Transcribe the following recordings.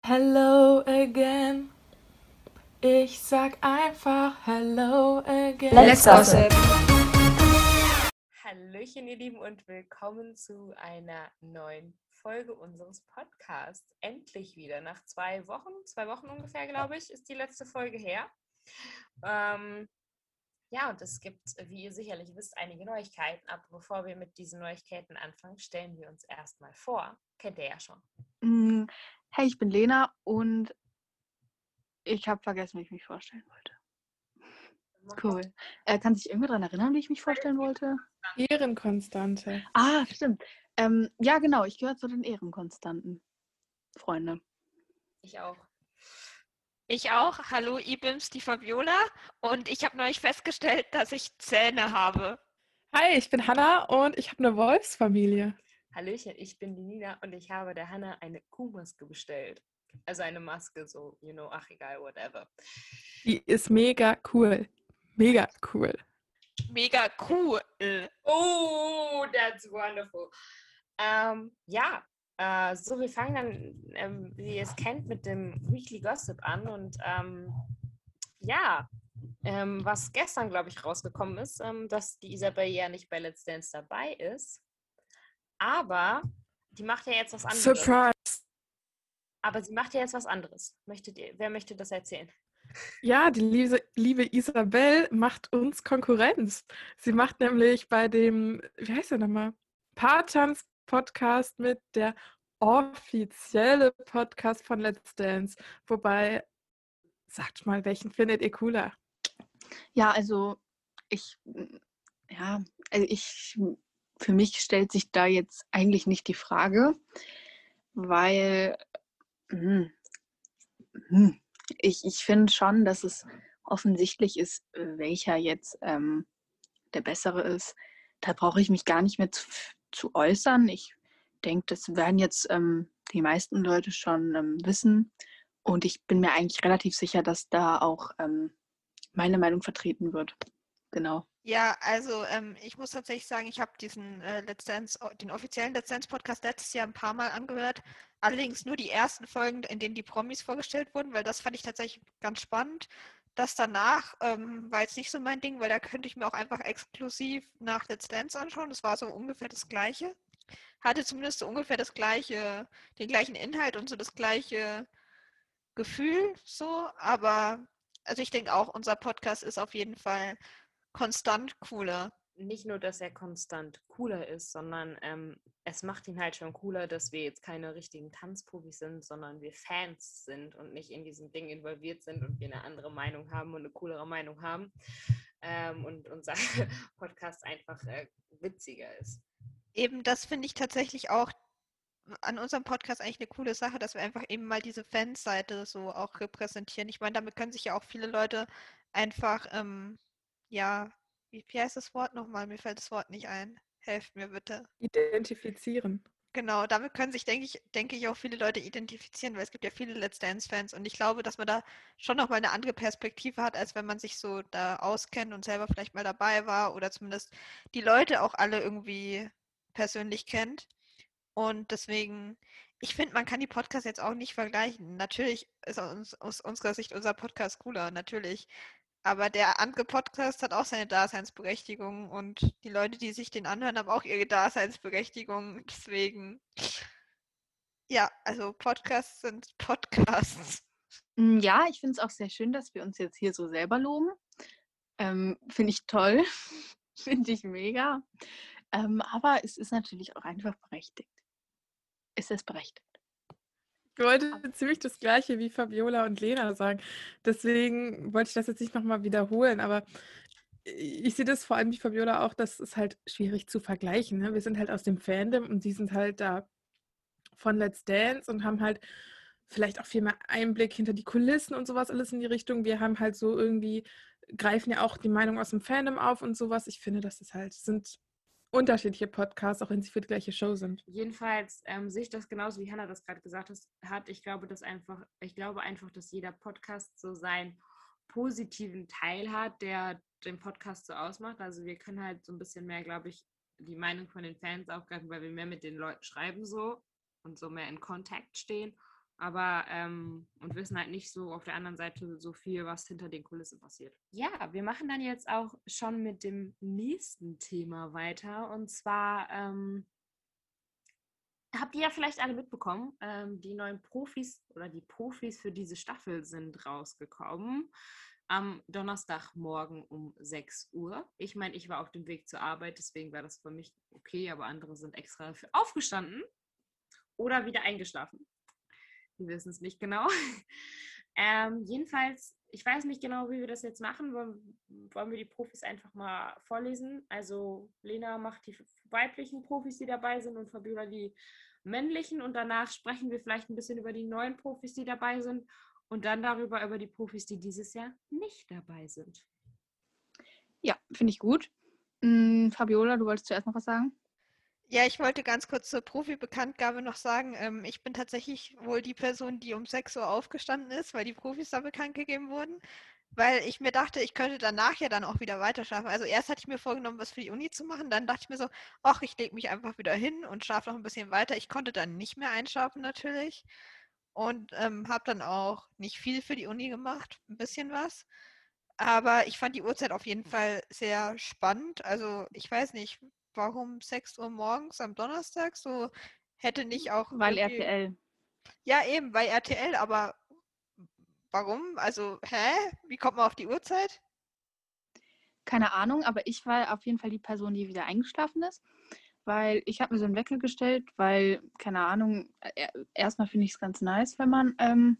Hello again. Ich sag einfach Hello again. Let's gossip. Hallöchen, ihr Lieben, und willkommen zu einer neuen Folge unseres Podcasts. Endlich wieder, nach 2 Wochen ungefähr, glaube ich, ist die letzte Folge her. Und es gibt, wie ihr sicherlich wisst, einige Neuigkeiten. Aber bevor wir mit diesen Neuigkeiten anfangen, stellen wir uns erstmal vor. Kennt ihr ja schon. Hey, ich bin Lena und ich habe vergessen, wie ich mich vorstellen wollte. Cool. Kann sich irgendwer daran erinnern, wie ich mich vorstellen wollte? Ehrenkonstante. Ah, stimmt. Ja, genau. Ich gehöre zu den Ehrenkonstanten. Freunde. Ich auch. Ich auch. Hallo, Ibims, die Fabiola. Und ich habe neulich festgestellt, dass ich Zähne habe. Hi, ich bin Hanna und ich habe eine Wolfsfamilie. Hallöchen, ich bin die Nina und ich habe der Hanna eine Kuhmaske bestellt. Also eine Maske, so, ach egal, whatever. Die ist mega cool. Mega cool. Mega cool. Oh, that's wonderful. Wir fangen dann, wie ihr es kennt, mit dem Weekly Gossip an. Und was gestern, glaube ich, rausgekommen ist, dass die Isabel ja nicht bei Let's Dance dabei ist. Aber die macht ja jetzt was anderes. Surprise! Aber sie macht ja jetzt was anderes. Wer möchte das erzählen? Ja, die liebe Isabel macht uns Konkurrenz. Sie macht nämlich bei dem, wie heißt der nochmal? Paartanz-Podcast mit, der offizielle Podcast von Let's Dance. Wobei, sagt mal, welchen findet ihr cooler? Ja, für mich stellt sich da jetzt eigentlich nicht die Frage, weil ich finde schon, dass es offensichtlich ist, welcher jetzt der bessere ist. Da brauche ich mich gar nicht mehr zu äußern. Ich denke, das werden jetzt die meisten Leute schon wissen. Und ich bin mir eigentlich relativ sicher, dass da auch meine Meinung vertreten wird. Genau. Ja, also ich muss tatsächlich sagen, ich habe diesen den offiziellen Let's Dance Podcast letztes Jahr ein paar Mal angehört. Allerdings nur die ersten Folgen, in denen die Promis vorgestellt wurden, weil das fand ich tatsächlich ganz spannend. Das danach war jetzt nicht so mein Ding, weil da könnte ich mir auch einfach exklusiv nach Let's Dance anschauen. Das war so ungefähr das Gleiche. Hatte zumindest so ungefähr den gleichen Inhalt und so das gleiche Gefühl so, aber also ich denke auch, unser Podcast ist auf jeden Fall konstant cooler. Nicht nur, dass er konstant cooler ist, sondern es macht ihn halt schon cooler, dass wir jetzt keine richtigen Tanzprofis sind, sondern wir Fans sind und nicht in diesem Ding involviert sind und wir eine andere Meinung haben und eine coolere Meinung haben und unser Podcast einfach witziger ist. Eben, das finde ich tatsächlich auch an unserem Podcast eigentlich eine coole Sache, dass wir einfach eben mal diese Fanseite so auch repräsentieren. Ich meine, damit können sich ja auch viele Leute einfach, ja, wie heißt das Wort nochmal? Mir fällt das Wort nicht ein. Helft mir bitte. Identifizieren. Genau, damit können sich, denke ich, auch viele Leute identifizieren, weil es gibt ja viele Let's Dance-Fans und ich glaube, dass man da schon nochmal eine andere Perspektive hat, als wenn man sich so da auskennt und selber vielleicht mal dabei war oder zumindest die Leute auch alle irgendwie persönlich kennt. Und deswegen, ich finde, man kann die Podcasts jetzt auch nicht vergleichen. Natürlich ist aus unserer Sicht unser Podcast cooler, natürlich. Aber der andere Podcast hat auch seine Daseinsberechtigung und die Leute, die sich den anhören, haben auch ihre Daseinsberechtigung. Deswegen, ja, also Podcasts sind Podcasts. Ja, ich finde es auch sehr schön, dass wir uns jetzt hier so selber loben. Finde ich toll. Finde ich mega. Aber es ist natürlich auch einfach berechtigt. Ist es berechtigt? Ich wollte ziemlich das Gleiche wie Fabiola und Lena sagen. Deswegen wollte ich das jetzt nicht nochmal wiederholen, aber ich sehe das vor allem wie Fabiola auch, das ist halt schwierig zu vergleichen. Ne? Wir sind halt aus dem Fandom und die sind halt da von Let's Dance und haben halt vielleicht auch viel mehr Einblick hinter die Kulissen und sowas alles in die Richtung. Wir haben halt so irgendwie, greifen ja auch die Meinung aus dem Fandom auf und sowas. Ich finde, das ist halt, sind unterschiedliche Podcasts, auch wenn sie für die gleiche Show sind. Jedenfalls sehe ich das genauso, wie Hannah das gerade gesagt hat. Ich glaube einfach, dass jeder Podcast so seinen positiven Teil hat, der den Podcast so ausmacht. Also wir können halt so ein bisschen mehr, glaube ich, die Meinung von den Fans aufgreifen, weil wir mehr mit den Leuten schreiben so und so mehr in Kontakt stehen. aber und wissen halt nicht so auf der anderen Seite so viel, was hinter den Kulissen passiert. Ja, wir machen dann jetzt auch schon mit dem nächsten Thema weiter. Und zwar habt ihr ja vielleicht alle mitbekommen, die neuen Profis oder die Profis für diese Staffel sind rausgekommen. Am Donnerstagmorgen um 6 Uhr. Ich meine, ich war auf dem Weg zur Arbeit, deswegen war das für mich okay, aber andere sind extra dafür aufgestanden oder wieder eingeschlafen. Wir wissen es nicht genau. Jedenfalls, ich weiß nicht genau, wie wir das jetzt machen. Wollen wir die Profis einfach mal vorlesen? Also Lena macht die weiblichen Profis, die dabei sind, und Fabiola die männlichen. Und danach sprechen wir vielleicht ein bisschen über die neuen Profis, die dabei sind. Und dann darüber, über die Profis, die dieses Jahr nicht dabei sind. Ja, finde ich gut. Fabiola, du wolltest zuerst noch was sagen? Ja, ich wollte ganz kurz zur Profi-Bekanntgabe noch sagen, ich bin tatsächlich wohl die Person, die um 6 Uhr aufgestanden ist, weil die Profis da bekannt gegeben wurden, weil ich mir dachte, ich könnte danach ja dann auch wieder weiter schlafen. Also erst hatte ich mir vorgenommen, was für die Uni zu machen, dann dachte ich mir so, ach, ich lege mich einfach wieder hin und schlafe noch ein bisschen weiter. Ich konnte dann nicht mehr einschlafen natürlich und habe dann auch nicht viel für die Uni gemacht, ein bisschen was. Aber ich fand die Uhrzeit auf jeden Fall sehr spannend. Also ich weiß nicht, warum 6 Uhr morgens am Donnerstag, so hätte nicht auch Weil irgendwie. RTL. Ja, eben, bei RTL, aber warum? Also, Wie kommt man auf die Uhrzeit? Keine Ahnung, aber ich war auf jeden Fall die Person, die wieder eingeschlafen ist, weil ich habe mir so einen Wecker gestellt, weil, keine Ahnung, erstmal finde ich es ganz nice, wenn man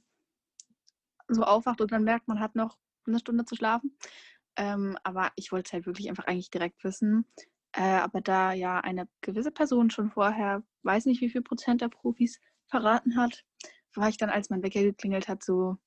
so aufwacht und dann merkt, man hat noch eine Stunde zu schlafen. Aber ich wollte es halt wirklich einfach eigentlich direkt wissen. Aber da ja eine gewisse Person schon vorher, weiß nicht wie viel Prozent der Profis verraten hat, war ich dann, als mein Wecker geklingelt hat, so,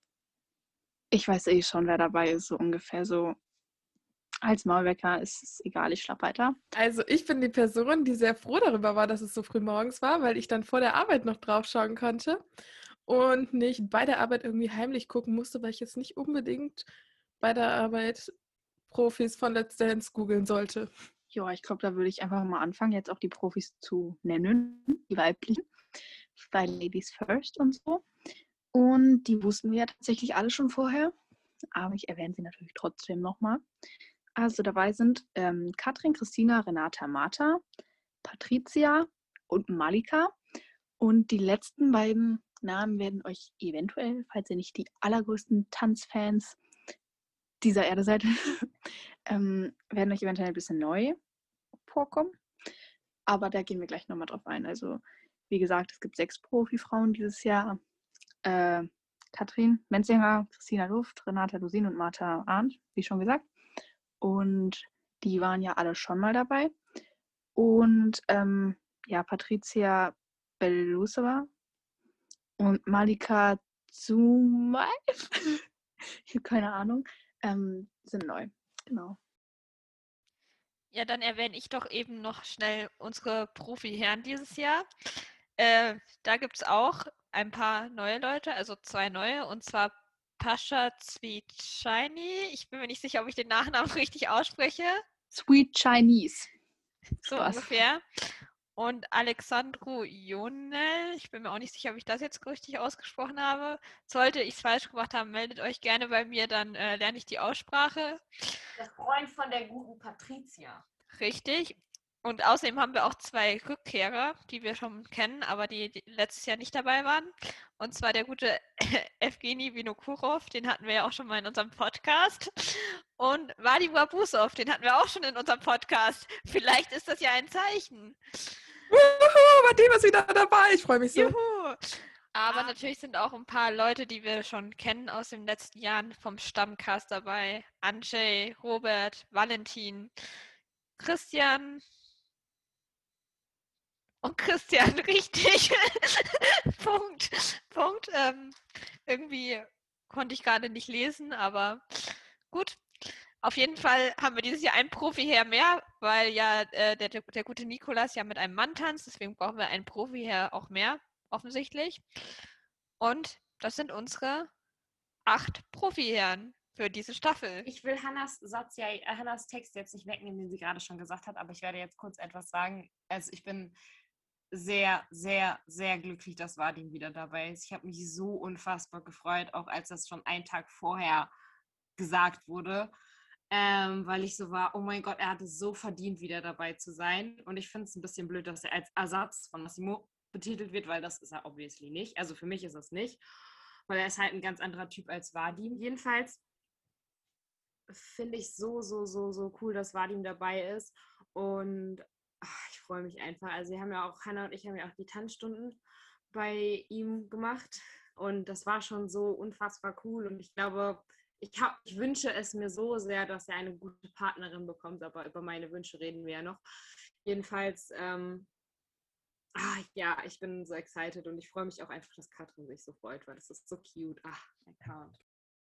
ich weiß eh schon, wer dabei ist, so ungefähr so. Als Maulwecker ist es egal, ich schlafe weiter. Also ich bin die Person, die sehr froh darüber war, dass es so früh morgens war, weil ich dann vor der Arbeit noch drauf schauen konnte und nicht bei der Arbeit irgendwie heimlich gucken musste, weil ich jetzt nicht unbedingt bei der Arbeit Profis von Let's Dance googeln sollte. Ja, ich glaube, da würde ich einfach mal anfangen, jetzt auch die Profis zu nennen, die weiblichen, bei Ladies First und so. Und die wussten wir ja tatsächlich alle schon vorher, aber ich erwähne sie natürlich trotzdem nochmal. Also dabei sind Katrin, Christina, Renata, Martha, Patricia und Malika. Und die letzten beiden Namen werden euch eventuell, falls ihr nicht die allergrößten Tanzfans dieser Erde seid, werden euch eventuell ein bisschen neu vorkommen. Aber da gehen wir gleich nochmal drauf ein. Also wie gesagt, es gibt 6 Profifrauen dieses Jahr. Katrin Menzinger, Christina Luft, Renata Lusin und Martha Arndt, wie schon gesagt. Und die waren ja alle schon mal dabei. Und ja, Patricia Belusova und Malika Zumai, ich habe keine Ahnung, sind neu. Genau. Ja, dann erwähne ich doch eben noch schnell unsere Profi-Herren dieses Jahr. Da gibt es auch ein paar neue Leute, also 2 neue, und zwar Pascha Zvitschani. Ich bin mir nicht sicher, ob ich den Nachnamen richtig ausspreche. Sweet Chinese. So Spaß. ungefähr. Und Alexandru Jonel, ich bin mir auch nicht sicher, ob ich das jetzt richtig ausgesprochen habe. Sollte ich es falsch gemacht haben, meldet euch gerne bei mir, dann lerne ich die Aussprache. Der Freund von der guten Patricia. Richtig. Und außerdem haben wir auch 2 Rückkehrer, die wir schon kennen, aber die letztes Jahr nicht dabei waren. Und zwar der gute Evgeny Vinokurov, den hatten wir ja auch schon mal in unserem Podcast. Und Vadim Abusov, den hatten wir auch schon in unserem Podcast. Vielleicht ist das ja ein Zeichen. Wuhu, Martin ist wieder dabei. Ich freue mich so. Juhu! Aber natürlich sind auch ein paar Leute, die wir schon kennen aus den letzten Jahren vom Stammcast dabei. Andrzej, Robert, Valentin, Christian und Christian, richtig. Punkt. Irgendwie konnte ich gerade nicht lesen, aber gut. Auf jeden Fall haben wir dieses Jahr einen Profi-Herr mehr, weil ja der gute Nikolas ja mit einem Mann tanzt. Deswegen brauchen wir einen Profi-Herr auch mehr, offensichtlich. Und das sind unsere 8 Profi-Herren für diese Staffel. Ich will Hannas Text jetzt nicht wegnehmen, den sie gerade schon gesagt hat, aber ich werde jetzt kurz etwas sagen. Also ich bin sehr, sehr, sehr glücklich, dass Vadim wieder dabei ist. Ich habe mich so unfassbar gefreut, auch als das schon einen Tag vorher gesagt wurde, weil ich so war, oh mein Gott, er hat es so verdient, wieder dabei zu sein. Und ich finde es ein bisschen blöd, dass er als Ersatz von Massimo betitelt wird, weil das ist er obviously nicht. Also für mich ist es nicht, weil er ist halt ein ganz anderer Typ als Vadim. Jedenfalls finde ich so, so, so, so cool, dass Vadim dabei ist. Und ich freue mich einfach. Also wir haben ja auch, Hannah und ich haben ja auch die Tanzstunden bei ihm gemacht. Und das war schon so unfassbar cool. Und ich glaube, ich wünsche es mir so sehr, dass er eine gute Partnerin bekommt. Aber über meine Wünsche reden wir ja noch. Jedenfalls, ja, ich bin so excited. Und ich freue mich auch einfach, dass Katrin sich so freut, weil das ist so cute. I can't.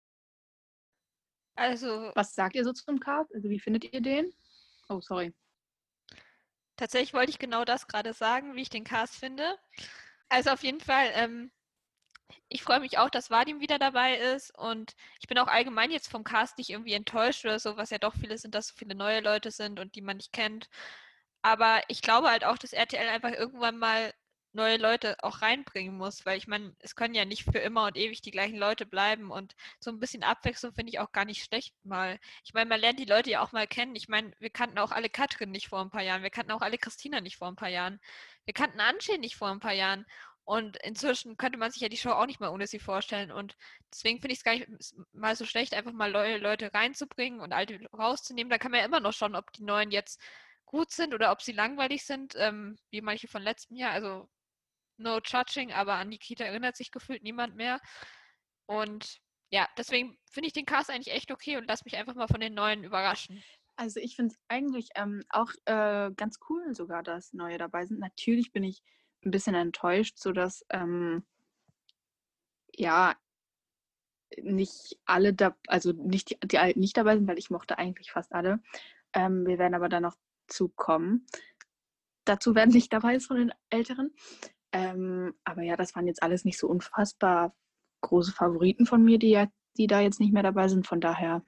Also Was sagt ihr so zum Cast? Also wie findet ihr den? Oh, sorry. tatsächlich wollte ich genau das gerade sagen, wie ich den Cast finde. Also auf jeden Fall, ich freue mich auch, dass Vadim wieder dabei ist und ich bin auch allgemein jetzt vom Cast nicht irgendwie enttäuscht oder so, was ja doch viele sind, dass so viele neue Leute sind und die man nicht kennt. Aber ich glaube halt auch, dass RTL einfach irgendwann mal neue Leute auch reinbringen muss, weil ich meine, es können ja nicht für immer und ewig die gleichen Leute bleiben und so ein bisschen Abwechslung finde ich auch gar nicht schlecht mal. Ich meine, man lernt die Leute ja auch mal kennen. Ich meine, wir kannten auch alle Katrin nicht vor ein paar Jahren, wir kannten auch alle Christina nicht vor ein paar Jahren, wir kannten Antje nicht vor ein paar Jahren. Und inzwischen könnte man sich ja die Show auch nicht mal ohne sie vorstellen. Und deswegen finde ich es gar nicht mal so schlecht, einfach mal neue Leute reinzubringen und alte rauszunehmen. Da kann man ja immer noch schauen, ob die neuen jetzt gut sind oder ob sie langweilig sind, wie manche von letztem Jahr. Also no judging, aber an Nikita erinnert sich gefühlt niemand mehr. Und ja, deswegen finde ich den Cast eigentlich echt okay und lass mich einfach mal von den neuen überraschen. Also ich finde es eigentlich auch ganz cool sogar, dass neue dabei sind. Natürlich bin ich ein bisschen enttäuscht, sodass ja nicht alle also nicht die Alten nicht dabei sind, weil ich mochte eigentlich fast alle. Wir werden aber dann noch zu kommen. Dazu werden nicht dabei ist von den Älteren. Aber ja, das waren jetzt alles nicht so unfassbar große Favoriten von mir, die da jetzt nicht mehr dabei sind. Von daher,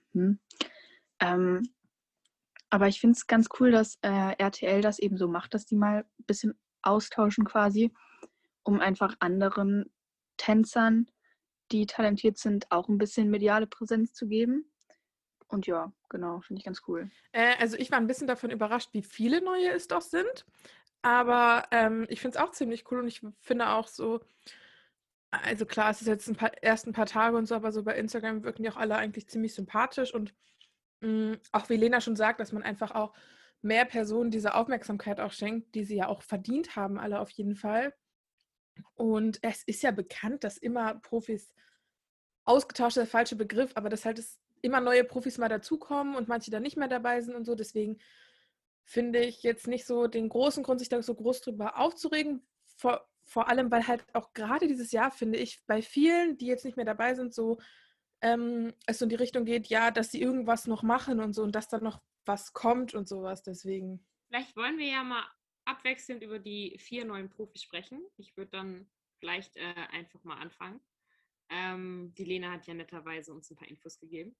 aber ich finde es ganz cool, dass RTL das eben so macht, dass die mal ein bisschen austauschen quasi, um einfach anderen Tänzern, die talentiert sind, auch ein bisschen mediale Präsenz zu geben. Und ja, genau, finde ich ganz cool. Also ich war ein bisschen davon überrascht, wie viele neue es doch sind. Aber ich finde es auch ziemlich cool und ich finde auch so, also klar, es ist jetzt erst ein paar Tage und so, aber so bei Instagram wirken die auch alle eigentlich ziemlich sympathisch und auch wie Lena schon sagt, dass man einfach auch mehr Personen diese Aufmerksamkeit auch schenkt, die sie ja auch verdient haben, alle auf jeden Fall. Und es ist ja bekannt, dass immer Profis ausgetauscht ist der falsche Begriff, aber dass halt immer neue Profis mal dazukommen und manche dann nicht mehr dabei sind und so. Deswegen finde ich jetzt nicht so den großen Grund, sich da so groß drüber aufzuregen. Vor allem, weil halt auch gerade dieses Jahr, finde ich, bei vielen, die jetzt nicht mehr dabei sind, so es so in die Richtung geht, ja, dass sie irgendwas noch machen und so und dass dann noch was kommt und sowas. Deswegen. Vielleicht wollen wir ja mal abwechselnd über die 4 neuen Profis sprechen. Ich würde dann vielleicht einfach mal anfangen. Die Lena hat ja netterweise uns ein paar Infos gegeben.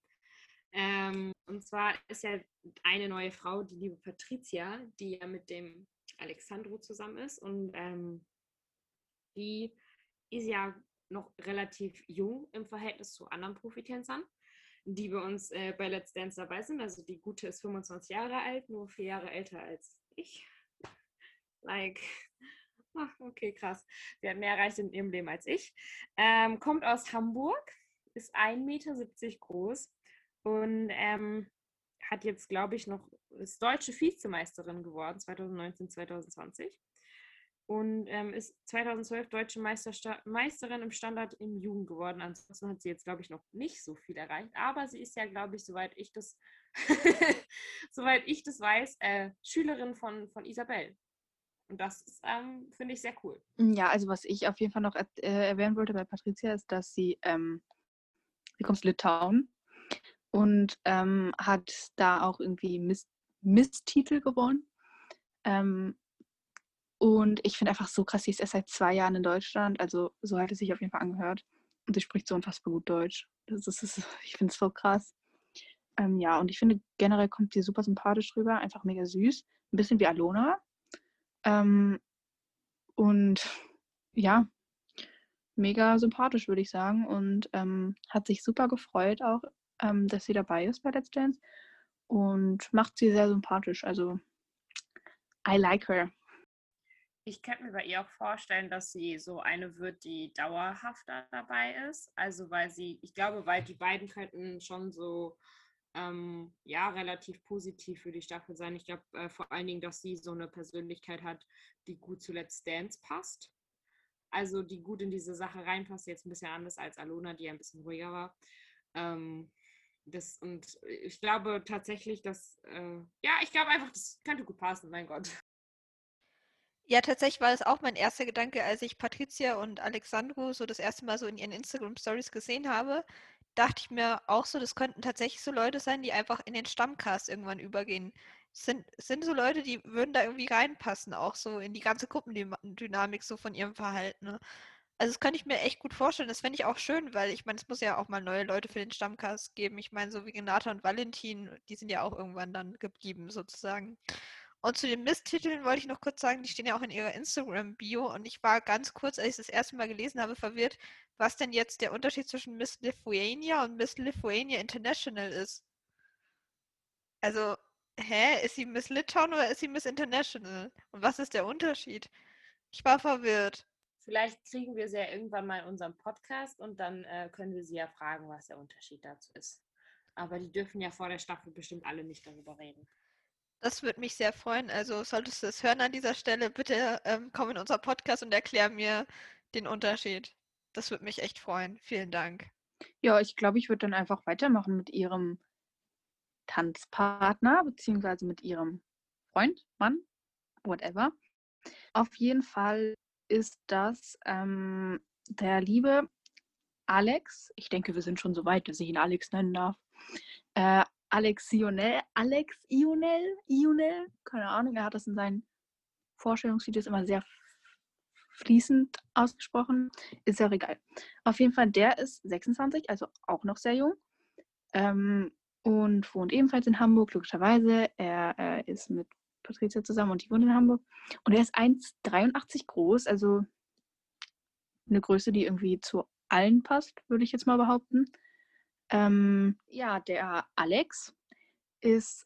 Und zwar ist ja eine neue Frau, die liebe Patricia, die ja mit dem Alexandro zusammen ist. Und die ist ja noch relativ jung im Verhältnis zu anderen Profitänzern, die bei uns bei Let's Dance dabei sind. Also die Gute ist 25 Jahre alt, nur 4 Jahre älter als ich. Like, okay, krass. Sie hat mehr erreicht in ihrem Leben als ich. Kommt aus Hamburg, ist 1,70 Meter groß und hat jetzt, glaube ich, ist deutsche Vizemeisterin geworden, 2019, 2020. Und ist 2012 deutsche Meisterin im Standard im Jugend geworden. Ansonsten hat sie jetzt, glaube ich, noch nicht so viel erreicht. Aber sie ist ja, glaube ich, soweit ich das weiß, Schülerin von Isabel. Und das finde ich sehr cool. Ja, also was ich auf jeden Fall noch erwähnen wollte bei Patricia ist, dass sie kommt aus Litauen und hat da auch irgendwie Miss-Titel gewonnen. Und ich finde einfach so krass, sie ist erst seit 2 Jahren in Deutschland, also so hat es sich auf jeden Fall angehört. Und sie spricht so unfassbar gut Deutsch. Ich finde es so krass. Ja, und ich finde generell kommt sie super sympathisch rüber, einfach mega süß. Ein bisschen wie Alona. Und ja, mega sympathisch, würde ich sagen. Und hat sich super gefreut auch, dass sie dabei ist bei Let's Dance. Und macht sie sehr sympathisch. Also, I like her. Ich könnte mir bei ihr auch vorstellen, dass sie so eine wird, die dauerhafter dabei ist. Also weil die beiden könnten schon so relativ positiv für die Staffel sein. Ich glaube vor allen Dingen, dass sie so eine Persönlichkeit hat, die gut zu Let's Dance passt. Also die gut in diese Sache reinpasst. Jetzt ein bisschen anders als Alona, die ein bisschen ruhiger war. Und ich glaube tatsächlich, ich glaube einfach, das könnte gut passen, mein Gott. Ja, tatsächlich war das auch mein erster Gedanke, als ich Patricia und Alexandro so das erste Mal so in ihren Instagram-Stories gesehen habe, dachte ich mir auch so, das könnten tatsächlich so Leute sein, die einfach in den Stammcast irgendwann übergehen. Sind so Leute, die würden da irgendwie reinpassen, auch so in die ganze Gruppendynamik so von ihrem Verhalten. Ne? Also das könnte ich mir echt gut vorstellen. Das fände ich auch schön, weil ich meine, es muss ja auch mal neue Leute für den Stammcast geben. Ich meine, so wie Renata und Valentin, die sind ja auch irgendwann dann geblieben sozusagen. Und zu den Misttiteln wollte ich noch kurz sagen, die stehen ja auch in ihrer Instagram-Bio und ich war ganz kurz, als ich das erste Mal gelesen habe, verwirrt, was denn jetzt der Unterschied zwischen Miss Lithuania und Miss Lithuania International ist. Also, ist sie Miss Litauen oder ist sie Miss International? Und was ist der Unterschied? Ich war verwirrt. Vielleicht kriegen wir sie ja irgendwann mal in unserem Podcast und dann können wir sie ja fragen, was der Unterschied dazu ist. Aber die dürfen ja vor der Staffel bestimmt alle nicht darüber reden. Das würde mich sehr freuen. Also solltest du es hören an dieser Stelle, bitte komm in unser Podcast und erklär mir den Unterschied. Das würde mich echt freuen. Vielen Dank. Ja, ich glaube, ich würde dann einfach weitermachen mit ihrem Tanzpartner, beziehungsweise mit ihrem Freund, Mann, whatever. Auf jeden Fall ist das der liebe Alex. Ich denke, wir sind schon so weit, dass ich ihn Alex nennen darf. Alex Ionel, keine Ahnung, er hat das in seinen Vorstellungsvideos immer sehr fließend ausgesprochen. Ist ja auch egal. Auf jeden Fall, der ist 26, also auch noch sehr jung. Und wohnt ebenfalls in Hamburg, logischerweise. Er ist mit Patricia zusammen und die wohnt in Hamburg. Und er ist 1,83 groß, also eine Größe, die irgendwie zu allen passt, würde ich jetzt mal behaupten. Der Alex ist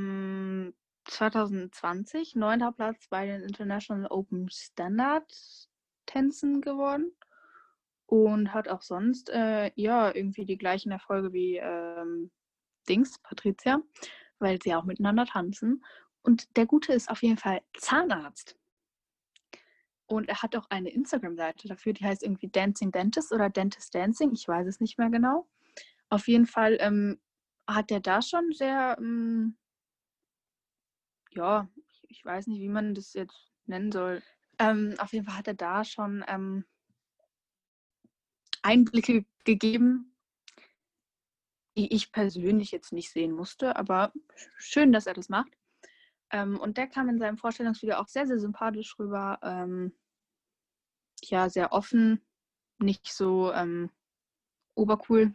2020 9. Platz bei den International Open Standard Tänzen geworden und hat auch sonst irgendwie die gleichen Erfolge wie Patricia, weil sie auch miteinander tanzen. Und der Gute ist auf jeden Fall Zahnarzt. Und er hat auch eine Instagram-Seite dafür, die heißt irgendwie Dancing Dentist oder Dentist Dancing, ich weiß es nicht mehr genau. Auf jeden Fall hat er da schon sehr, ich weiß nicht, wie man das jetzt nennen soll. Auf jeden Fall hat er da schon Einblicke gegeben, die ich persönlich jetzt nicht sehen musste, aber schön, dass er das macht. Und der kam in seinem Vorstellungsvideo auch sehr, sehr sympathisch rüber. Sehr offen, nicht so obercool.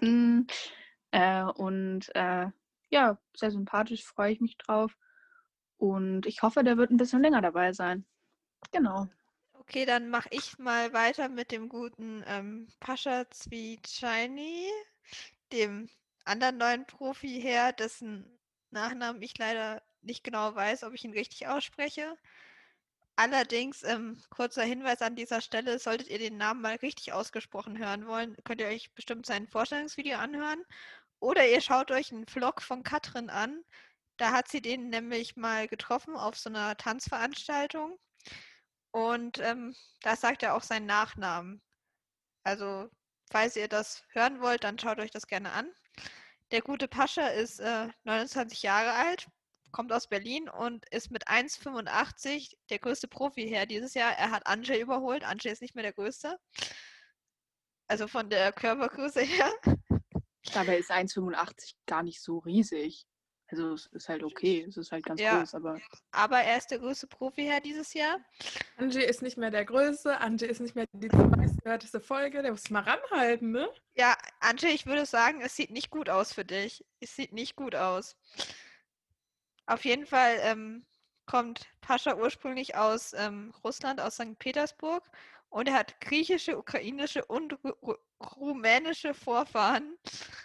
Sehr sympathisch, freue ich mich drauf. Und ich hoffe, der wird ein bisschen länger dabei sein. Genau. Okay, dann mache ich mal weiter mit dem guten Pascha Zvicani, dem anderen neuen Profi her, dessen Nachnamen ich leider nicht genau weiß, ob ich ihn richtig ausspreche. Allerdings, kurzer Hinweis an dieser Stelle, solltet ihr den Namen mal richtig ausgesprochen hören wollen, könnt ihr euch bestimmt sein Vorstellungsvideo anhören. Oder ihr schaut euch einen Vlog von Katrin an. Da hat sie den nämlich mal getroffen auf so einer Tanzveranstaltung. Und da sagt er auch seinen Nachnamen. Also, falls ihr das hören wollt, dann schaut euch das gerne an. Der gute Pascha ist 29 Jahre alt, kommt aus Berlin und ist mit 1,85 der größte Profi her dieses Jahr. Er hat Anje überholt. Anje ist nicht mehr der größte. Also von der Körpergröße her. Dabei ist 1,85 gar nicht so riesig. Also es ist halt okay, es ist halt ganz groß, aber er ist der größte Profi her dieses Jahr. Angie ist nicht mehr der Größte, Angie ist nicht mehr die meistgehörteste Folge, der muss sich mal ranhalten, ne? Ja, Angie, ich würde sagen, es sieht nicht gut aus für dich. Es sieht nicht gut aus. Auf jeden Fall kommt Pascha ursprünglich aus Russland, aus Sankt Petersburg. Und er hat griechische, ukrainische und rumänische Vorfahren.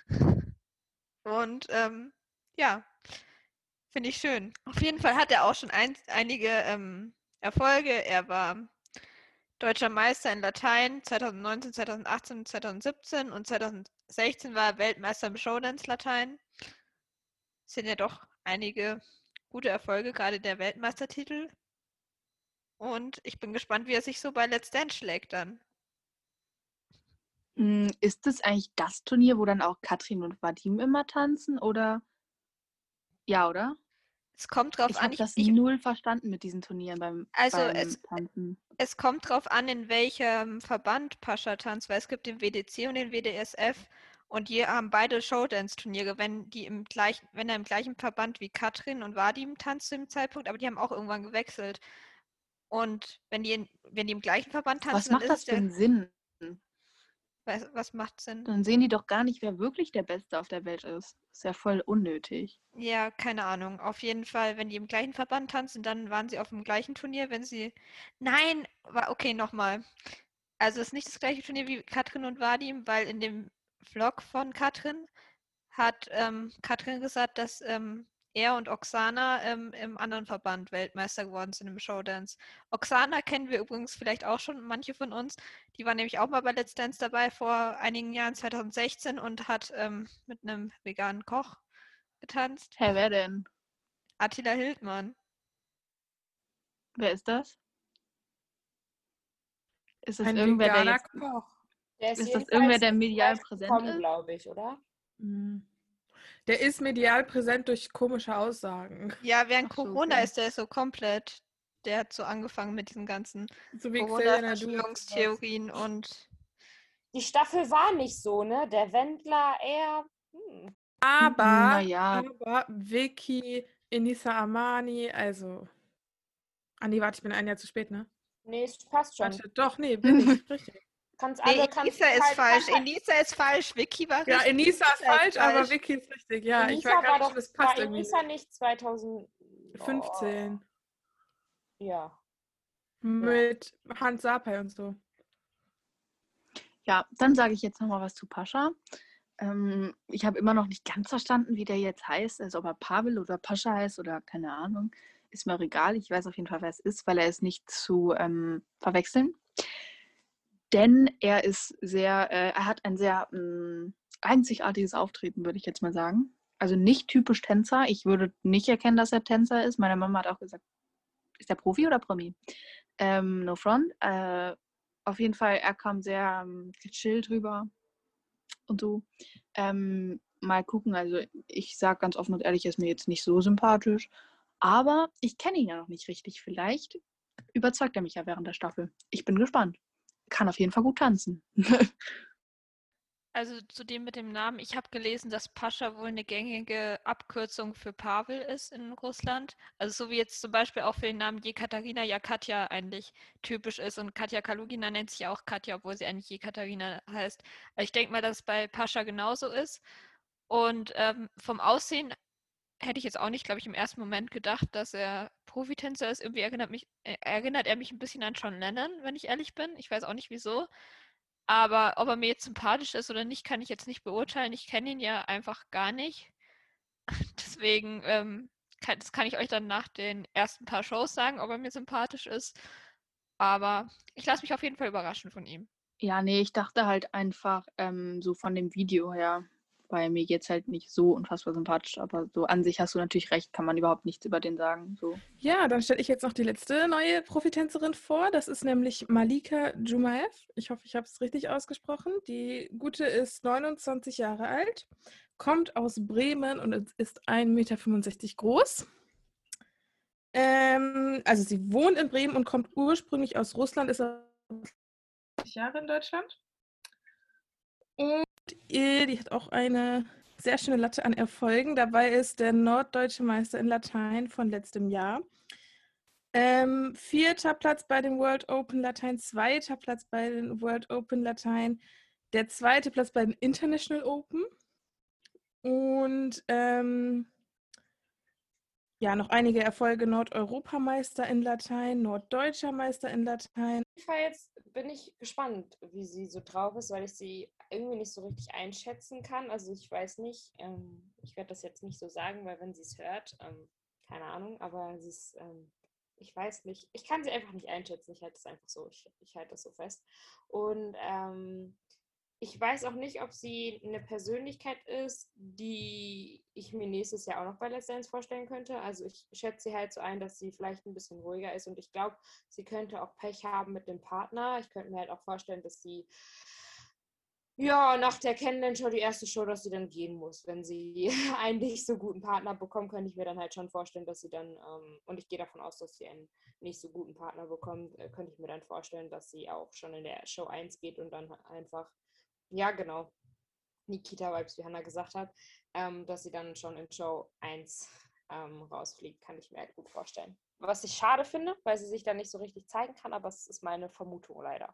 Und ja, finde ich schön. Auf jeden Fall hat er auch schon einige Erfolge. Er war Deutscher Meister in Latein 2019, 2018, 2017 und 2016 war er Weltmeister im Showdance Latein. Das sind ja doch einige gute Erfolge, gerade der Weltmeistertitel. Und ich bin gespannt, wie er sich so bei Let's Dance schlägt dann. Ist das eigentlich das Turnier, wo dann auch Katrin und Vadim immer tanzen? Oder? Ja, oder? Es kommt drauf Ich an, habe das null verstanden mit diesen Turnieren Also beim Tanzen. es kommt drauf an, in welchem Verband Pascha tanzt, weil es gibt den WDC und den WDSF und die haben beide Showdance-Turniere, wenn er im gleichen Verband wie Katrin und Vadim tanzt zu dem Zeitpunkt, aber die haben auch irgendwann gewechselt. Und wenn die im gleichen Verband tanzen, Was dann macht ist das es für einen Sinn? was macht Sinn? Dann sehen die doch gar nicht, wer wirklich der Beste auf der Welt ist. Ist ja voll unnötig. Ja, keine Ahnung. Auf jeden Fall, wenn die im gleichen Verband tanzen, dann waren sie auf dem gleichen Turnier. Nein, okay, nochmal. Also es ist nicht das gleiche Turnier wie Katrin und Vadim, weil in dem Vlog von Katrin hat Katrin gesagt, dass er und Oksana im anderen Verband Weltmeister geworden sind im Showdance. Oksana kennen wir übrigens vielleicht auch schon, manche von uns. Die war nämlich auch mal bei Let's Dance dabei vor einigen Jahren, 2016, und hat mit einem veganen Koch getanzt. Hä, wer denn? Attila Hildmann. Wer ist das? Ist das Ein irgendwer, der veganer jetzt. Koch. Der Ist das jedenfalls irgendwer, der jetzt medial bald präsent gekommen, ist? glaube ich, oder? Der ist medial präsent durch komische Aussagen. Ja, während Ach so, Corona okay. ist der so komplett. Der hat so angefangen mit diesen ganzen So wie Xavier Naidoo und sowas. Corona-Verschwörungstheorien und Die Staffel war nicht so, ne? Der Wendler eher. Aber Naja, Vicky, Enisa Amani, also. Ah nee, warte, ich bin ein Jahr zu spät, ne? Nee, es passt schon. Warte, doch, nee, bin ich. Richtig. Kannst nee, alle, kannst Enisa ist halt- falsch. kannst halt- Enisa ist falsch. Vicky war Ja, richtig. Enisa ist Enisa falsch, aber Vicky ist richtig. Ja, ich Enisa war war gerade doch, schon, das passt war irgendwie. Enisa nicht 2015? 15. Ja. Mit Hans Sapai und so. ja, dann sage ich jetzt nochmal was zu Pascha. Ich habe immer noch nicht ganz verstanden, wie der jetzt heißt. Also ob er Pavel oder Pascha heißt oder keine Ahnung. Ist mir auch egal. Ich weiß auf jeden Fall, wer es ist, weil er ist nicht zu verwechseln. Denn er hat ein sehr einzigartiges Auftreten, würde ich jetzt mal sagen. Also nicht typisch Tänzer. Ich würde nicht erkennen, dass er Tänzer ist. Meine Mama hat auch gesagt, ist der Profi oder Promi? No front. Auf jeden Fall, er kam sehr gechillt rüber und so. Mal gucken, also ich sage ganz offen und ehrlich, er ist mir jetzt nicht so sympathisch. Aber ich kenne ihn ja noch nicht richtig. Vielleicht überzeugt er mich ja während der Staffel. Ich bin gespannt. Kann auf jeden Fall gut tanzen. Also zu dem mit dem Namen. Ich habe gelesen, dass Pascha wohl eine gängige Abkürzung für Pavel ist in Russland. Also so wie jetzt zum Beispiel auch für den Namen Jekaterina ja Katja eigentlich typisch ist. Und Katja Kalugina nennt sich ja auch Katja, obwohl sie eigentlich Jekaterina heißt. Also ich denke mal, dass es bei Pascha genauso ist. Und vom Aussehen hätte ich jetzt auch nicht, glaube ich, im ersten Moment gedacht, dass er Profitänzer ist. Irgendwie erinnert er mich ein bisschen an John Lennon, wenn ich ehrlich bin. Ich weiß auch nicht wieso. Aber ob er mir jetzt sympathisch ist oder nicht, kann ich jetzt nicht beurteilen. Ich kenne ihn ja einfach gar nicht. Deswegen das kann ich euch dann nach den ersten paar Shows sagen, ob er mir sympathisch ist. Aber ich lasse mich auf jeden Fall überraschen von ihm. Ja, nee, ich dachte halt einfach so von dem Video her, weil mir jetzt halt nicht so unfassbar sympathisch, aber so an sich hast du natürlich recht, kann man überhaupt nichts über den sagen. So. Ja, dann stelle ich jetzt noch die letzte neue Profitänzerin vor. Das ist nämlich Malika Jumaev. Ich hoffe, ich habe es richtig ausgesprochen. Die Gute ist 29 Jahre alt, kommt aus Bremen und ist 1,65 Meter groß. Also sie wohnt in Bremen und kommt ursprünglich aus Russland, ist 20 Jahre in Deutschland. Und die hat auch eine sehr schöne Latte an Erfolgen. Dabei ist der norddeutsche Meister in Latein von letztem Jahr. 4. Platz bei den World Open Latein, 2. Platz bei den World Open Latein, der 2. Platz bei den International Open. Und Ja, noch einige Erfolge: Nordeuropameister in Latein, Norddeutscher Meister in Latein. Jedenfalls bin ich gespannt, wie sie so drauf ist, weil ich sie irgendwie nicht so richtig einschätzen kann. Also ich weiß nicht, ich werde das jetzt nicht so sagen, weil wenn sie es hört, keine Ahnung, aber sie ist, ich weiß nicht, ich kann sie einfach nicht einschätzen. Ich halte es einfach so, ich halte das so fest. Und ich weiß auch nicht, ob sie eine Persönlichkeit ist, die ich mir nächstes Jahr auch noch bei Let's Dance vorstellen könnte. Also ich schätze sie halt so ein, dass sie vielleicht ein bisschen ruhiger ist und ich glaube, sie könnte auch Pech haben mit dem Partner. Ich könnte mir halt auch vorstellen, dass sie ja nach der Kennenlern-Show, die erste Show, dass sie dann gehen muss. Wenn sie einen nicht so guten Partner bekommt, könnte ich mir dann halt schon vorstellen, dass sie dann, und ich gehe davon aus, dass sie einen nicht so guten Partner bekommt, könnte ich mir dann vorstellen, dass sie auch schon in der Show 1 geht und dann einfach ja, genau. Nikita-Vibes, wie Hannah gesagt hat, dass sie dann schon in Show 1 rausfliegt, kann ich mir halt gut vorstellen. Was ich schade finde, weil sie sich da nicht so richtig zeigen kann, aber es ist meine Vermutung leider.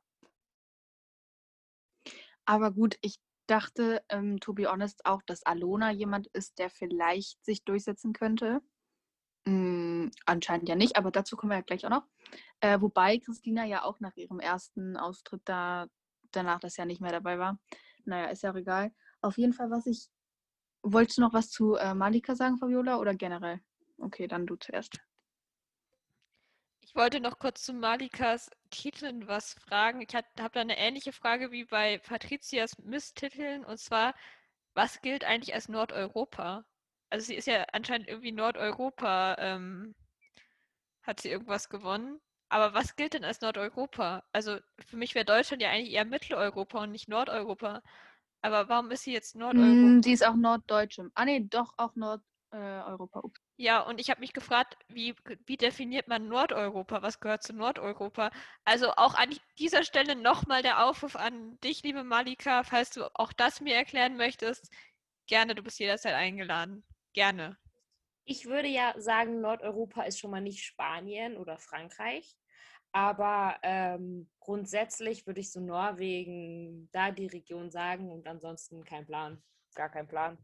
Aber gut, ich dachte, to be honest, auch, dass Alona jemand ist, der vielleicht sich durchsetzen könnte. Anscheinend ja nicht, aber dazu kommen wir ja gleich auch noch. Wobei Christina ja auch nach ihrem ersten Auftritt danach das ja nicht mehr dabei war. Naja, ist ja auch egal. Auf jeden Fall, wolltest du noch was zu Malika sagen, Fabiola, oder generell? Okay, dann du zuerst. Ich wollte noch kurz zu Malikas Titeln was fragen. Ich habe da eine ähnliche Frage wie bei Patrizias Misstiteln, und zwar, was gilt eigentlich als Nordeuropa? Also sie ist ja anscheinend irgendwie Nordeuropa, hat sie irgendwas gewonnen. Aber was gilt denn als Nordeuropa? Also für mich wäre Deutschland ja eigentlich eher Mitteleuropa und nicht Nordeuropa. Aber warum ist sie jetzt Sie Nordeuropa? ist auch Norddeutsche. Ah nee, doch auch Nordeuropa. Ja, und ich habe mich gefragt, wie definiert man Nordeuropa? Was gehört zu Nordeuropa? Also auch an dieser Stelle nochmal der Aufruf an dich, liebe Malika, falls du auch das mir erklären möchtest. Gerne, du bist jederzeit eingeladen. Gerne. Ich würde ja sagen, Nordeuropa ist schon mal nicht Spanien oder Frankreich. Aber grundsätzlich würde ich so Norwegen, da die Region sagen und ansonsten kein Plan. Gar kein Plan.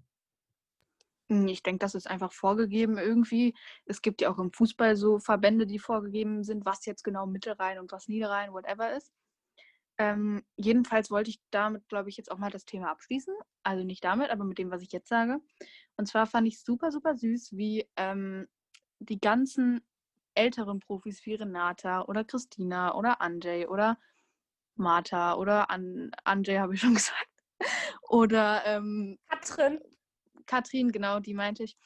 Ich denke, das ist einfach vorgegeben irgendwie. Es gibt ja auch im Fußball so Verbände, die vorgegeben sind, was jetzt genau Mittelrhein und was Niederrhein, whatever ist. Jedenfalls wollte ich damit, glaube ich, jetzt auch mal das Thema abschließen. Also nicht damit, aber mit dem, was ich jetzt sage. Und zwar fand ich super, super süß, wie die ganzen älteren Profis wie Renata oder Christina oder Anjay oder Martha oder Anjay habe ich schon gesagt. Oder Katrin, genau, die meinte ich.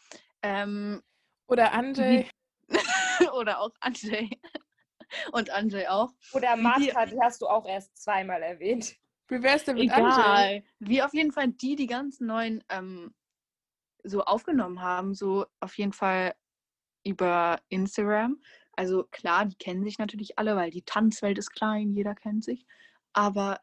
Oder Anjay. Oder auch Anjay. Und Anjay auch. Oder Wie die, Martha, die hast du auch erst zweimal erwähnt. Wie wär's denn mit Anjay? egal. Wie auf jeden Fall die ganzen neuen so aufgenommen haben. So auf jeden Fall über Instagram. Also klar, die kennen sich natürlich alle, weil die Tanzwelt ist klein, jeder kennt sich. Aber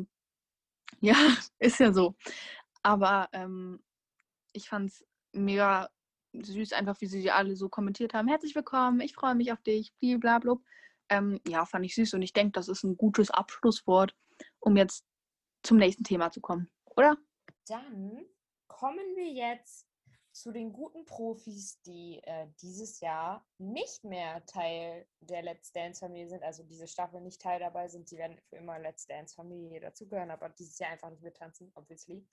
ja, ist ja so. Aber ich fand es mega süß, einfach wie sie alle so kommentiert haben. Herzlich willkommen, ich freue mich auf dich, blablabla. Ja, fand ich süß und ich denke, das ist ein gutes Abschlusswort, um jetzt zum nächsten Thema zu kommen, oder? Dann kommen wir jetzt zu den guten Profis, die dieses Jahr nicht mehr Teil der Let's Dance-Familie sind, also diese Staffel nicht Teil dabei sind. Die werden für immer Let's Dance-Familie dazugehören, aber dieses Jahr einfach nicht mittanzen, obviously.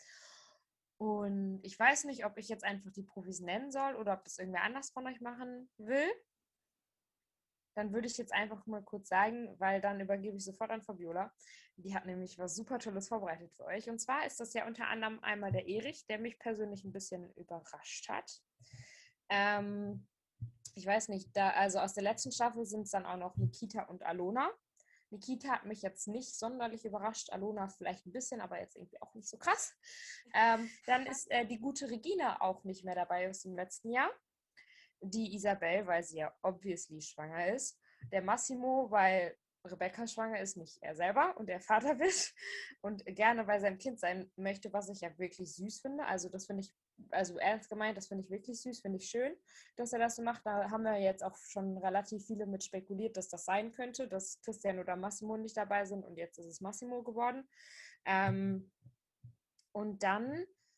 Und ich weiß nicht, ob ich jetzt einfach die Profis nennen soll oder ob das irgendwer anders von euch machen will. Dann würde ich jetzt einfach mal kurz sagen, weil dann übergebe ich sofort an Fabiola. Die hat nämlich was super Tolles vorbereitet für euch. Und zwar ist das ja unter anderem einmal der Erich, der mich persönlich ein bisschen überrascht hat. Ich weiß nicht, also aus der letzten Staffel sind es dann auch noch Nikita und Alona. Nikita hat mich jetzt nicht sonderlich überrascht, Alona vielleicht ein bisschen, aber jetzt irgendwie auch nicht so krass. Dann ist die gute Regina auch nicht mehr dabei aus dem letzten Jahr. Die Isabel, weil sie ja obviously schwanger ist. Der Massimo, weil Rebecca schwanger ist, nicht er selber und er Vater wird und gerne bei seinem Kind sein möchte, was ich ja wirklich süß finde. Also das finde ich, also ernst gemeint, das finde ich wirklich süß, finde ich schön, dass er das so macht. Da haben wir jetzt auch schon relativ viele mit spekuliert, dass das sein könnte, dass Christian oder Massimo nicht dabei sind und jetzt ist es Massimo geworden. Und dann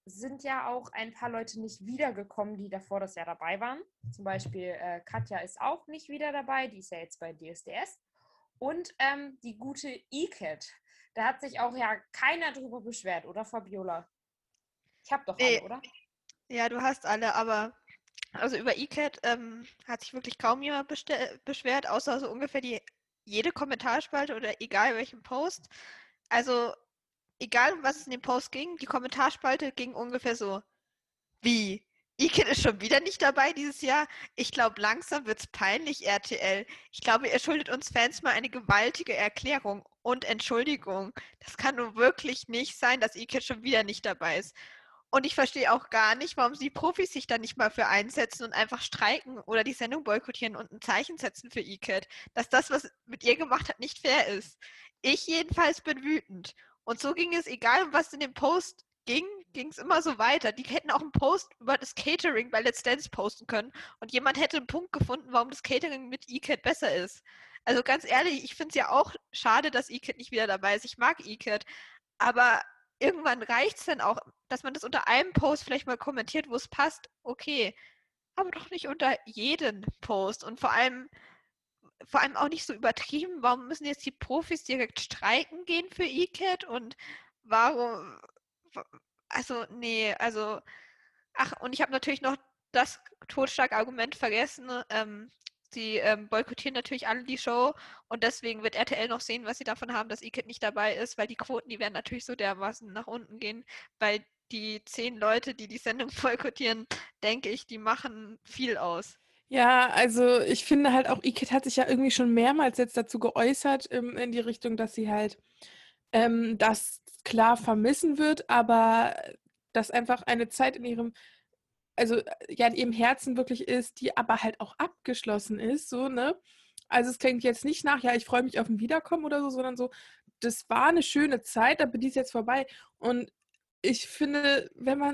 sind ja auch ein paar Leute nicht wiedergekommen, die davor das Jahr dabei waren. Zum Beispiel Katja ist auch nicht wieder dabei, die ist ja jetzt bei DSDS. Und die gute Iket. Da hat sich auch ja keiner drüber beschwert, oder Fabiola? Ich habe doch alle, oder? Ja, du hast alle, aber also über eCat hat sich wirklich kaum jemand beschwert, außer so ungefähr jede Kommentarspalte oder egal welchen Post. Also egal um was es in dem Post ging, die Kommentarspalte ging ungefähr so: Wie? eCat ist schon wieder nicht dabei dieses Jahr? Ich glaube, langsam wird's peinlich, RTL. Ich glaube, ihr schuldet uns Fans mal eine gewaltige Erklärung und Entschuldigung. Das kann nun wirklich nicht sein, dass eCat schon wieder nicht dabei ist. Und ich verstehe auch gar nicht, warum die Profis sich da nicht mal für einsetzen und einfach streiken oder die Sendung boykottieren und ein Zeichen setzen für eCat, dass das, was mit ihr gemacht hat, nicht fair ist. Ich jedenfalls bin wütend. Und so ging es, egal um was in dem Post ging es immer so weiter. Die hätten auch einen Post über das Catering bei Let's Dance posten können und jemand hätte einen Punkt gefunden, warum das Catering mit eCat besser ist. Also ganz ehrlich, ich finde es ja auch schade, dass eCat nicht wieder dabei ist. Ich mag eCat, aber irgendwann reicht es dann auch, dass man das unter einem Post vielleicht mal kommentiert, wo es passt, okay. Aber doch nicht unter jeden Post. Und vor allem auch nicht so übertrieben. Warum müssen jetzt die Profis direkt streiken gehen für eCat? Und warum, also, nee, also, ach, und ich habe natürlich noch das Totschlagargument vergessen. Sie boykottieren natürlich alle die Show und deswegen wird RTL noch sehen, was sie davon haben, dass eCat nicht dabei ist, weil die Quoten, die werden natürlich so dermaßen nach unten gehen, weil die 10 Leute, die die Sendung boykottieren, denke ich, die machen viel aus. Ja, also ich finde halt auch, iKid hat sich ja irgendwie schon mehrmals jetzt dazu geäußert, in die Richtung, dass sie halt das klar vermissen wird, aber dass einfach eine Zeit in ihrem, also ja, in ihrem Herzen wirklich ist, die aber halt auch abgeschlossen ist, so, ne? Also es klingt jetzt nicht nach, ja, ich freue mich auf ein Wiederkommen oder so, sondern so, das war eine schöne Zeit, aber die ist jetzt vorbei. Und ich finde,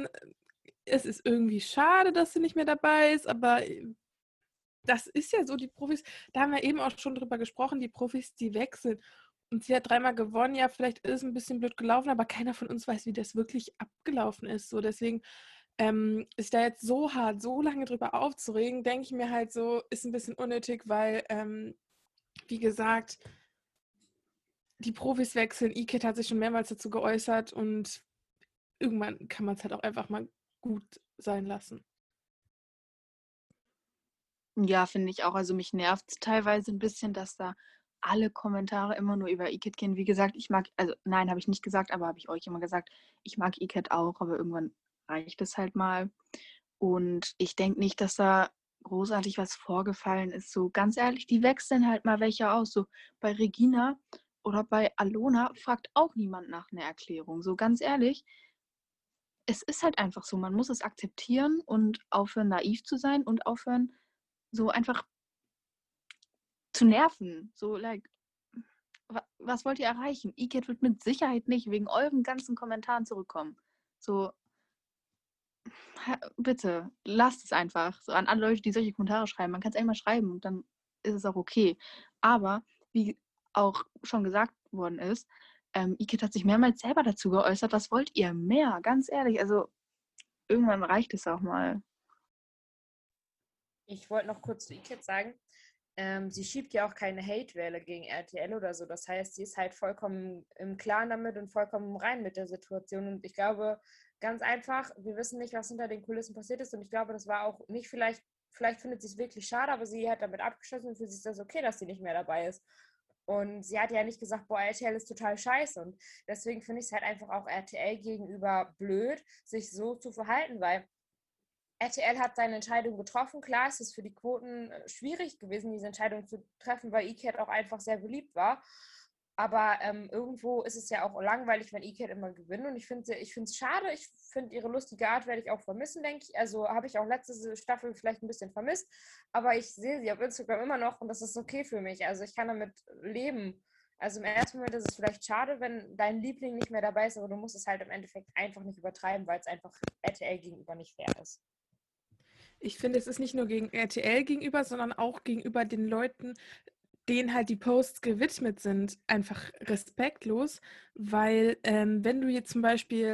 es ist irgendwie schade, dass sie nicht mehr dabei ist, aber das ist ja so, die Profis, da haben wir eben auch schon drüber gesprochen, die Profis, die wechseln. Und sie hat 3-mal gewonnen, ja, vielleicht ist es ein bisschen blöd gelaufen, aber keiner von uns weiß, wie das wirklich abgelaufen ist. So, deswegen sich da jetzt so hart, so lange drüber aufzuregen, denke ich mir halt so, ist ein bisschen unnötig, weil, wie gesagt, die Profis wechseln. iKid hat sich schon mehrmals dazu geäußert und irgendwann kann man es halt auch einfach mal gut sein lassen. Ja, finde ich auch. Also mich nervt es teilweise ein bisschen, dass da alle Kommentare immer nur über eCat gehen. Wie gesagt, ich mag, also nein, habe ich nicht gesagt, aber habe ich euch immer gesagt, ich mag eCat auch, aber irgendwann reicht es halt mal. Und ich denke nicht, dass da großartig was vorgefallen ist. So ganz ehrlich, die wechseln halt mal welche aus. So bei Regina oder bei Alona fragt auch niemand nach einer Erklärung. So ganz ehrlich, es ist halt einfach so. Man muss es akzeptieren und aufhören, naiv zu sein und aufhören, so einfach zu nerven. So, like, was wollt ihr erreichen? eCat wird mit Sicherheit nicht wegen euren ganzen Kommentaren zurückkommen. So, bitte, lasst es einfach. So an alle Leute, die solche Kommentare schreiben. Man kann es einmal schreiben und dann ist es auch okay. Aber, wie auch schon gesagt worden ist, eCat hat sich mehrmals selber dazu geäußert, was wollt ihr mehr? Ganz ehrlich, also irgendwann reicht es auch mal. Ich wollte noch kurz zu iKid sagen, sie schiebt ja auch keine Hate-Welle gegen RTL oder so. Das heißt, sie ist halt vollkommen im Klaren damit und vollkommen im Reinen mit der Situation. Und ich glaube, ganz einfach, wir wissen nicht, was hinter den Kulissen passiert ist. Und ich glaube, das war auch nicht vielleicht findet sie es wirklich schade, aber sie hat damit abgeschlossen und für sie ist das okay, dass sie nicht mehr dabei ist. Und sie hat ja nicht gesagt, boah, RTL ist total scheiße. Und deswegen finde ich es halt einfach auch RTL gegenüber blöd, sich so zu verhalten, weil RTL hat seine Entscheidung getroffen. Klar, es ist für die Quoten schwierig gewesen, diese Entscheidung zu treffen, weil eCat auch einfach sehr beliebt war. Aber irgendwo ist es ja auch langweilig, wenn eCat immer gewinnt. Und ich finde es schade. Ich finde ihre lustige Art werde ich auch vermissen, denke ich. Also habe ich auch letzte Staffel vielleicht ein bisschen vermisst. Aber ich sehe sie auf Instagram immer noch und das ist okay für mich. Also ich kann damit leben. Also im ersten Moment ist es vielleicht schade, wenn dein Liebling nicht mehr dabei ist, aber du musst es halt im Endeffekt einfach nicht übertreiben, weil es einfach RTL gegenüber nicht fair ist. Ich finde, es ist nicht nur gegen RTL gegenüber, sondern auch gegenüber den Leuten, denen halt die Posts gewidmet sind, einfach respektlos, weil wenn du jetzt zum Beispiel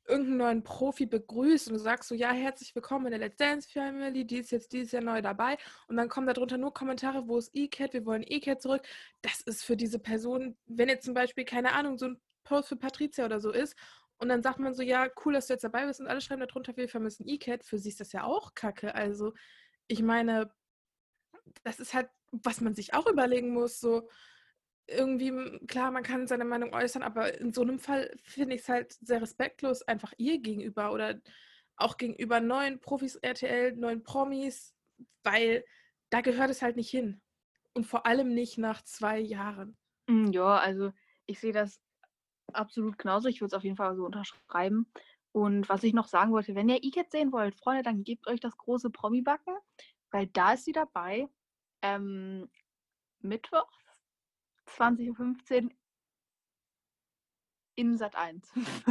irgendeinen neuen Profi begrüßt und du sagst so, ja, herzlich willkommen in der Let's Dance Family, die ist jetzt dieses Jahr neu dabei und dann kommen darunter nur Kommentare, wo ist E-Cat, wir wollen E-Cat zurück. Das ist für diese Person, wenn jetzt zum Beispiel, keine Ahnung, so ein Post für Patricia oder so ist und dann sagt man so, ja, cool, dass du jetzt dabei bist und alle schreiben darunter, wir vermissen E-Cat, für sie ist das ja auch Kacke. Also ich meine, das ist halt, was man sich auch überlegen muss, so irgendwie, klar, man kann seine Meinung äußern, aber in so einem Fall finde ich es halt sehr respektlos einfach ihr gegenüber oder auch gegenüber neuen Profis RTL, neuen Promis, weil da gehört es halt nicht hin. Und vor allem nicht nach 2 Jahren. Ja, also ich sehe das absolut genauso. Ich würde es auf jeden Fall so unterschreiben. Und was ich noch sagen wollte, wenn ihr E-Cat sehen wollt, Freunde, dann gebt euch das große Promi-Backen, weil da ist sie dabei. Mittwoch, 20:15 Uhr in Sat.1.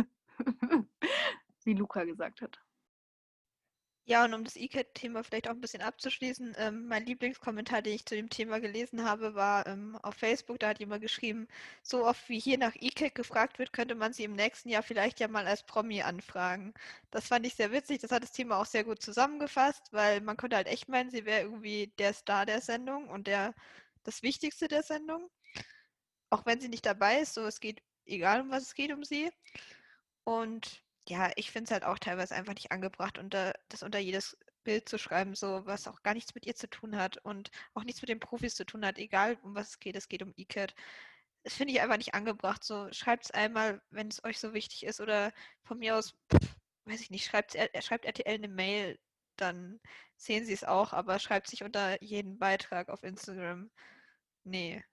Wie Luca gesagt hat. Ja, und um das E-Cat-Thema vielleicht auch ein bisschen abzuschließen, mein Lieblingskommentar, den ich zu dem Thema gelesen habe, war auf Facebook. Da hat jemand geschrieben, so oft wie hier nach E-Cat gefragt wird, könnte man sie im nächsten Jahr vielleicht ja mal als Promi anfragen. Das fand ich sehr witzig. Das hat das Thema auch sehr gut zusammengefasst, weil man könnte halt echt meinen, sie wäre irgendwie der Star der Sendung und das Wichtigste der Sendung. Auch wenn sie nicht dabei ist, so es geht, egal um was es geht um sie. Und ja, ich finde es halt auch teilweise einfach nicht angebracht, das unter jedes Bild zu schreiben, so was auch gar nichts mit ihr zu tun hat und auch nichts mit den Profis zu tun hat, egal um was es geht um E-Cat. Das finde ich einfach nicht angebracht. So, schreibt es einmal, wenn es euch so wichtig ist, oder von mir aus, weiß ich nicht, schreibt RTL eine Mail, dann sehen sie es auch, aber schreibt sich unter jeden Beitrag auf Instagram. Nee.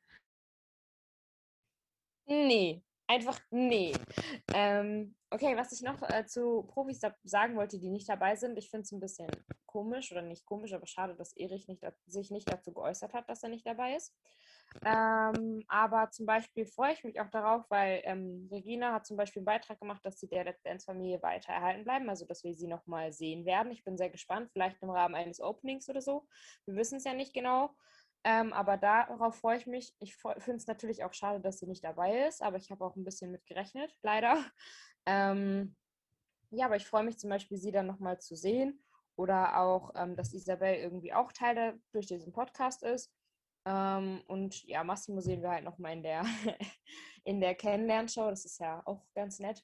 Nee, einfach nee. Okay, was ich noch zu Profis sagen wollte, die nicht dabei sind, ich finde es ein bisschen komisch oder nicht komisch, aber schade, dass Erich sich nicht dazu geäußert hat, dass er nicht dabei ist. Aber zum Beispiel freue ich mich auch darauf, weil Regina hat zum Beispiel einen Beitrag gemacht, dass sie der Let's Dance-Familie weiter erhalten bleiben, also dass wir sie nochmal sehen werden. Ich bin sehr gespannt, vielleicht im Rahmen eines Openings oder so. Wir wissen es ja nicht genau. Aber darauf freue ich mich. Ich finde es natürlich auch schade, dass sie nicht dabei ist, aber ich habe auch ein bisschen mit gerechnet, leider. Ja, aber ich freue mich zum Beispiel, sie dann nochmal zu sehen oder auch, dass Isabel irgendwie auch Teil durch diesen Podcast ist. Und ja, Massimo sehen wir halt nochmal in der Kennenlernshow. Das ist ja auch ganz nett.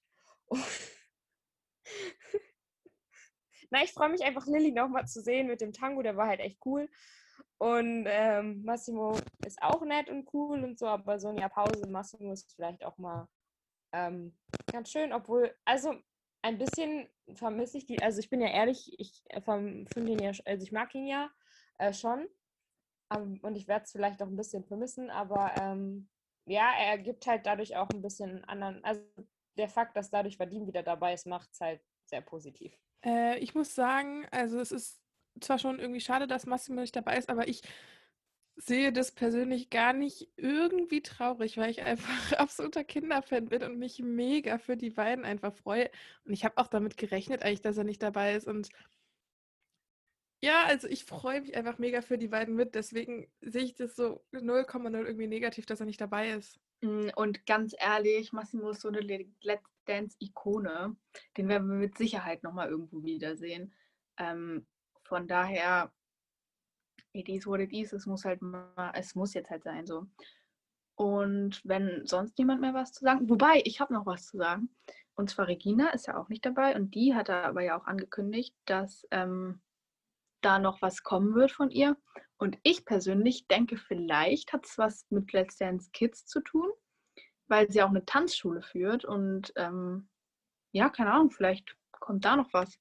Na, ich freue mich einfach, Lilly nochmal zu sehen mit dem Tango. Der war halt echt cool. Und Massimo ist auch nett und cool und so, aber so ein Jahr Pause, Massimo ist vielleicht auch mal ganz schön, obwohl, also ein bisschen vermisse ich die, also ich bin ja ehrlich, ich finde ihn ja, also ich mag ihn ja schon und ich werde es vielleicht auch ein bisschen vermissen, aber ja, er gibt halt dadurch auch ein bisschen einen anderen, also der Fakt, dass dadurch Vadim wieder dabei ist, macht es halt sehr positiv. Ich muss sagen, also es ist zwar schon irgendwie schade, dass Massimo nicht dabei ist, aber ich sehe das persönlich gar nicht irgendwie traurig, weil ich einfach absoluter Kinderfan bin und mich mega für die beiden einfach freue. Und ich habe auch damit gerechnet eigentlich, dass er nicht dabei ist. Und ja, also ich freue mich einfach mega für die beiden mit. Deswegen sehe ich das so 0,0 irgendwie negativ, dass er nicht dabei ist. Und ganz ehrlich, Massimo ist so eine Let's Dance-Ikone. Den werden wir mit Sicherheit nochmal irgendwo wiedersehen. Von daher, it is what it is. Es muss jetzt halt sein so. Und wenn sonst niemand mehr was zu sagen, wobei, ich habe noch was zu sagen. Und zwar Regina ist ja auch nicht dabei und die hat aber ja auch angekündigt, dass da noch was kommen wird von ihr. Und ich persönlich denke, vielleicht hat es was mit Let's Dance Kids zu tun, weil sie auch eine Tanzschule führt. Und ja, keine Ahnung, vielleicht kommt da noch was.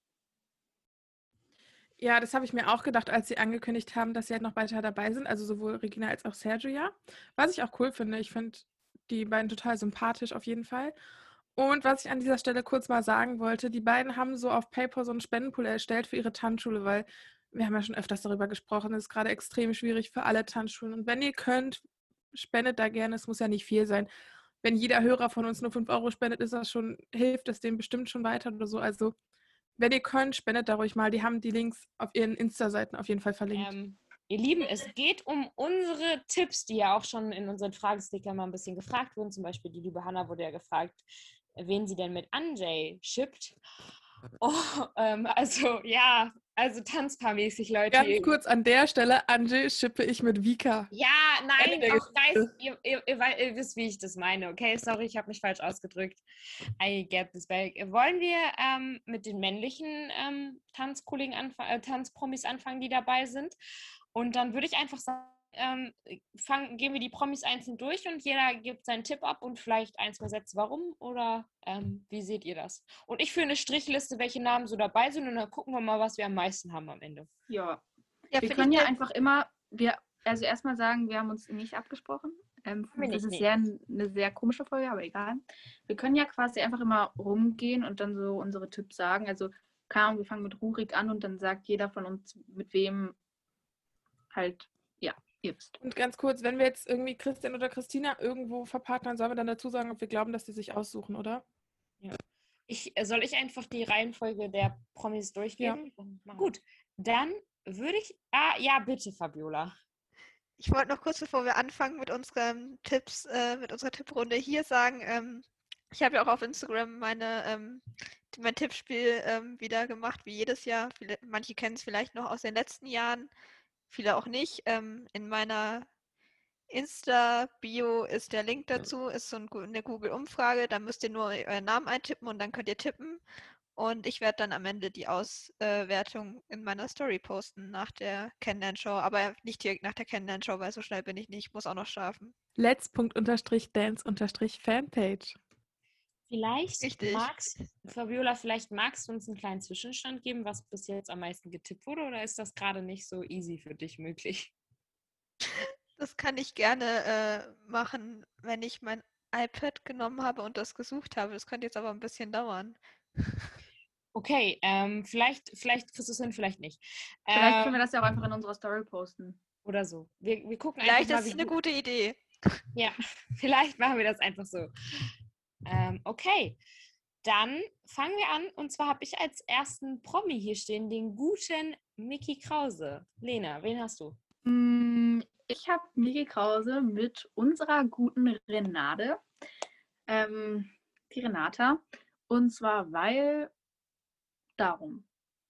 Ja, das habe ich mir auch gedacht, als sie angekündigt haben, dass sie halt noch weiter dabei sind. Also sowohl Regina als auch Sergio, ja. Was ich auch cool finde. Ich finde die beiden total sympathisch auf jeden Fall. Und was ich an dieser Stelle kurz mal sagen wollte, die beiden haben so auf PayPal so einen Spendenpool erstellt für ihre Tanzschule, weil wir haben ja schon öfters darüber gesprochen, es ist gerade extrem schwierig für alle Tanzschulen. Und wenn ihr könnt, spendet da gerne, es muss ja nicht viel sein. Wenn jeder Hörer von uns nur 5 Euro spendet, ist das schon, hilft es dem bestimmt schon weiter oder so. Also, wenn ihr könnt, spendet da ruhig mal. Die haben die Links auf ihren Insta-Seiten auf jeden Fall verlinkt. Ihr Lieben, es geht um unsere Tipps, die ja auch schon in unseren Fragestickern mal ein bisschen gefragt wurden. Zum Beispiel die liebe Hanna wurde ja gefragt, wen sie denn mit Anjay shippt. Oh, also tanzpaarmäßig, Leute. Ganz kurz an der Stelle, Anjay shippe ich mit Vika. Ja, Ende nein, der auch Guys, Geschichte. ihr wisst, wie ich das meine, okay? Sorry, ich habe mich falsch ausgedrückt. I get this back. Wollen wir mit den männlichen Tanzkollegen Tanzpromis anfangen, die dabei sind? Und dann würde ich einfach sagen, gehen wir die Promis einzeln durch und jeder gibt seinen Tipp ab und vielleicht 1, 2 Sätze warum oder wie seht ihr das? Und ich führe eine Strichliste, welche Namen so dabei sind und dann gucken wir mal, was wir am meisten haben am Ende. Ja. Ja, Wir finde können ich ja eine einfach immer, also erstmal sagen, wir haben uns nicht abgesprochen. wir Das nicht, ist eine sehr komische Folge, aber egal. Wir können ja quasi einfach immer rumgehen und dann so unsere Tipps sagen. Also, keine Ahnung, wir fangen mit Rurik an und dann sagt jeder von uns, mit wem halt, ja, ihr wisst. Und ganz kurz, wenn wir jetzt irgendwie Christian oder Christina irgendwo verpartnern, sollen wir dann dazu sagen, ob wir glauben, dass die sich aussuchen, oder? Ja. Soll ich einfach die Reihenfolge der Promis durchgeben? Gut, dann würde ich. Ja, bitte, Fabiola. Ich wollte noch kurz, bevor wir anfangen mit unseren Tipps, mit unserer Tipprunde hier sagen, ich habe ja auch auf Instagram mein Tippspiel wieder gemacht, wie jedes Jahr. Manche kennen es vielleicht noch aus den letzten Jahren, viele auch nicht. In meiner Insta-Bio ist der Link dazu, ist so eine Google-Umfrage, da müsst ihr nur euren Namen eintippen und dann könnt ihr tippen. Und ich werde dann am Ende die Auswertung in meiner Story posten nach der Kennenlernshow, aber nicht direkt nach der Kennenlernshow, weil so schnell bin ich nicht, ich muss auch noch schlafen. Let's.dance_Fanpage. Richtig. Fabiola, vielleicht magst du uns einen kleinen Zwischenstand geben, was bis jetzt am meisten getippt wurde, oder ist das gerade nicht so easy für dich möglich? Das kann ich gerne machen, wenn ich mein iPad genommen habe und das gesucht habe. Das könnte jetzt aber ein bisschen dauern. Okay, vielleicht kriegst du es hin, vielleicht nicht. Vielleicht können wir das ja auch einfach in unserer Story posten. Oder so. Wir gucken Vielleicht einfach mal, ist es eine gute Idee. Ja, vielleicht machen wir das einfach so. Okay, dann fangen wir an. Und zwar habe ich als ersten Promi hier stehen den guten Mickey Krause. Lena, wen hast du? Ich habe Mickey Krause mit unserer guten Renate, die Renata. Und zwar, weil darum.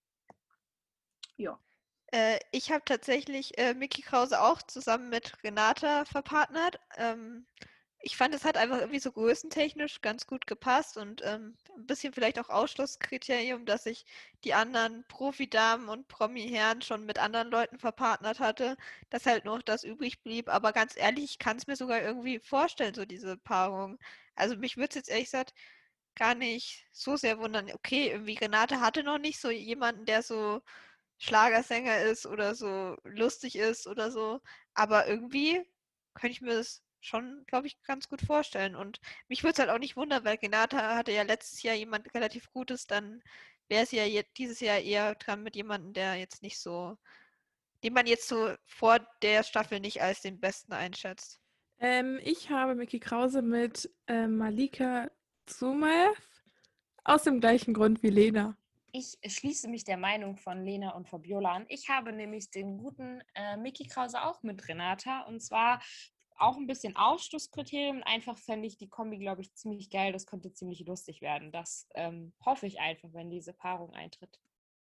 Ja. Ich habe tatsächlich Mickey Krause auch zusammen mit Renata verpartnert. Ich fand, es hat einfach irgendwie so größentechnisch ganz gut gepasst und ein bisschen vielleicht auch Ausschlusskriterium, dass ich die anderen Profi-Damen und Promi-Herren schon mit anderen Leuten verpartnert hatte, dass halt noch das übrig blieb. Aber ganz ehrlich, ich kann es mir sogar irgendwie vorstellen, so diese Paarung. Also mich würde es jetzt ehrlich gesagt gar nicht so sehr wundern. Okay, irgendwie Renate hatte noch nicht so jemanden, der so Schlagersänger ist oder so lustig ist oder so. Aber irgendwie könnte ich mir das schon, glaube ich, ganz gut vorstellen. Und mich würde es halt auch nicht wundern, weil Renata hatte ja letztes Jahr jemand relativ Gutes, dann wäre sie ja dieses Jahr eher dran mit jemandem, der jetzt nicht so, den man jetzt so vor der Staffel nicht als den Besten einschätzt. Ich habe Mickey Krause mit Malika Zumaev aus dem gleichen Grund wie Lena. Ich schließe mich der Meinung von Lena und Fabiola an. Ich habe nämlich den guten Mickey Krause auch mit Renata und zwar auch ein bisschen Ausschlusskriterium. Einfach fände ich die Kombi, glaube ich, ziemlich geil. Das könnte ziemlich lustig werden. Das hoffe ich einfach, wenn diese Paarung eintritt.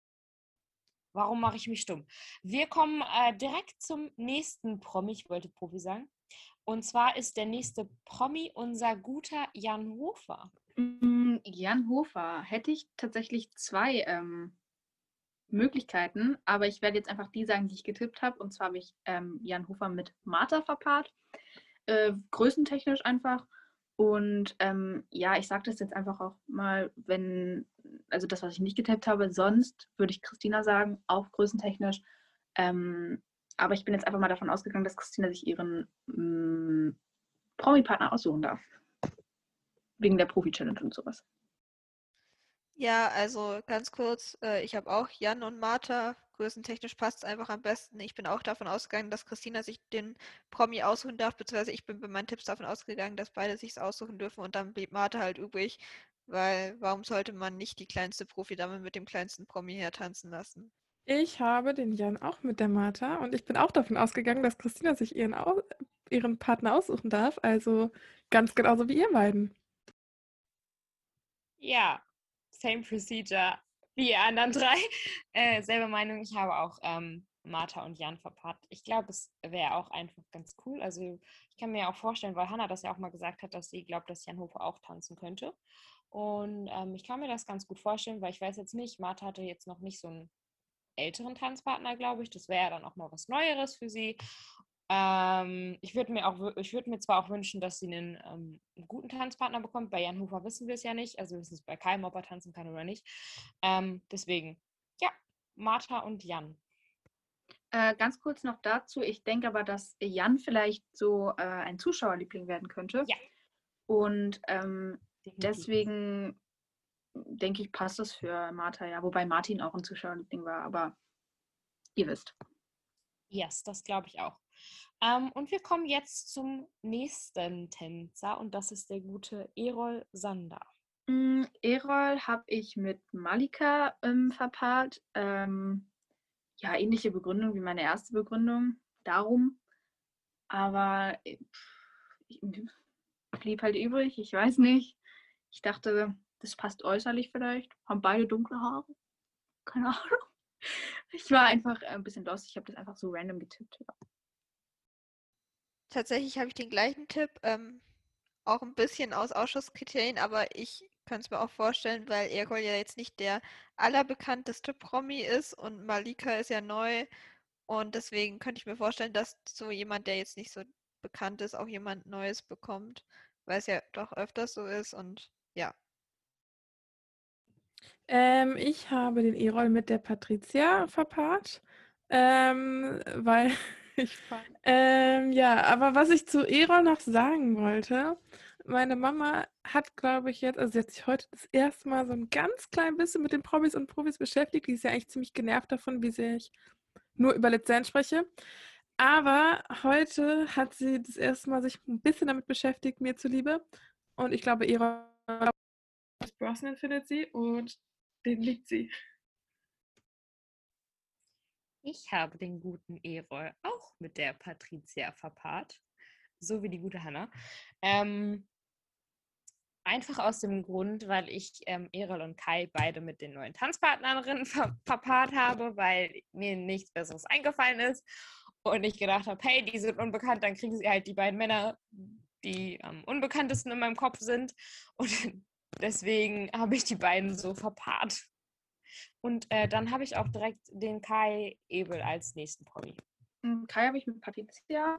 Warum mache ich mich stumm? Wir kommen direkt zum nächsten Promi. Ich wollte Profi sagen. Und zwar ist der nächste Promi unser guter Jan Hofer. Jan Hofer hätte ich tatsächlich 2 Möglichkeiten, aber ich werde jetzt einfach die sagen, die ich getippt habe. Und zwar habe ich Jan Hofer mit Martha verpaart. Größentechnisch einfach. Und ja, ich sage das jetzt einfach auch mal, also das, was ich nicht getippt habe, sonst würde ich Christina sagen, auch größentechnisch. Aber ich bin jetzt einfach mal davon ausgegangen, dass Christina sich ihren Promi-Partner aussuchen darf. Wegen der Profi-Challenge und sowas. Ja, also ganz kurz, ich habe auch Jan und Martha. Größentechnisch passt es einfach am besten. Ich bin auch davon ausgegangen, dass Christina sich den Promi aussuchen darf, beziehungsweise ich bin bei meinen Tipps davon ausgegangen, dass beide sich es aussuchen dürfen und dann blieb Martha halt übrig, weil warum sollte man nicht die kleinste Profidame mit dem kleinsten Promi hertanzen lassen? Ich habe den Jan auch mit der Martha und ich bin auch davon ausgegangen, dass Christina sich ihren Partner aussuchen darf. Also ganz genauso wie ihr beiden. Ja, same procedure wie die anderen drei. Selbe Meinung, ich habe auch Martha und Jan verpaart. Ich glaube, es wäre auch einfach ganz cool. Also ich kann mir auch vorstellen, weil Hannah das ja auch mal gesagt hat, dass sie glaubt, dass Jan Hofer auch tanzen könnte. Und ich kann mir das ganz gut vorstellen, weil ich weiß jetzt nicht, Martha hatte jetzt noch nicht so einen älteren Tanzpartner, glaube ich. Das wäre ja dann auch mal was Neueres für sie. Ich würde mir zwar auch wünschen, dass sie einen guten Tanzpartner bekommt. Bei Jan Hofer wissen wir es ja nicht. Also wir wissen es bei keinem, ob er tanzen kann oder nicht. Deswegen, ja, Martha und Jan. Ganz kurz noch dazu. Ich denke aber, dass Jan vielleicht so ein Zuschauerliebling werden könnte. Ja. Und Definitiv. deswegen denke ich, passt das für Martha, ja. Wobei Martin auch ein Zuschauerliebling war, aber ihr wisst. Yes, das glaube ich auch. Und wir kommen jetzt zum nächsten Tänzer und das ist der gute Erol Sander. Erol habe ich mit Malika verpaart. Ja, ähnliche Begründung wie meine erste Begründung. Darum. Aber blieb halt übrig. Ich weiß nicht. Ich dachte, das passt äußerlich vielleicht. Haben beide dunkle Haare. Keine Ahnung. Ich war einfach ein bisschen lost. Ich habe das einfach so random getippt. Ja. Tatsächlich habe ich den gleichen Tipp, auch ein bisschen aus Ausschusskriterien, aber ich könnte es mir auch vorstellen, weil Errol ja jetzt nicht der allerbekannteste Promi ist und Malika ist ja neu und deswegen könnte ich mir vorstellen, dass so jemand, der jetzt nicht so bekannt ist, auch jemand Neues bekommt, weil es ja doch öfters so ist und ja. Ich habe den E-Roll mit der Patricia verpaart, weil ich fand. Ja, aber was ich zu E-Roll noch sagen wollte, meine Mama hat, glaube ich, jetzt, also sie hat sich heute das erste Mal so ein ganz klein bisschen mit den Promis und Profis beschäftigt. Die ist ja eigentlich ziemlich genervt davon, wie sehr ich nur über Let's Dance spreche. Aber heute hat sie das erste Mal sich ein bisschen damit beschäftigt, mir zuliebe. Und ich glaube, E-Roll Brosnan findet sie und den liebt sie. Ich habe den guten Erol auch mit der Patricia verpaart, so wie die gute Hannah. Einfach aus dem Grund, weil ich Erol und Kai beide mit den neuen Tanzpartnerinnen verpaart habe, weil mir nichts Besseres eingefallen ist. Und ich gedacht habe, hey, die sind unbekannt, dann kriegen sie halt die beiden Männer, die am unbekanntesten in meinem Kopf sind. Und deswegen habe ich die beiden so verpaart. Und dann habe ich auch direkt den Kai Ebel als nächsten Promi. Kai habe ich mit Patricia.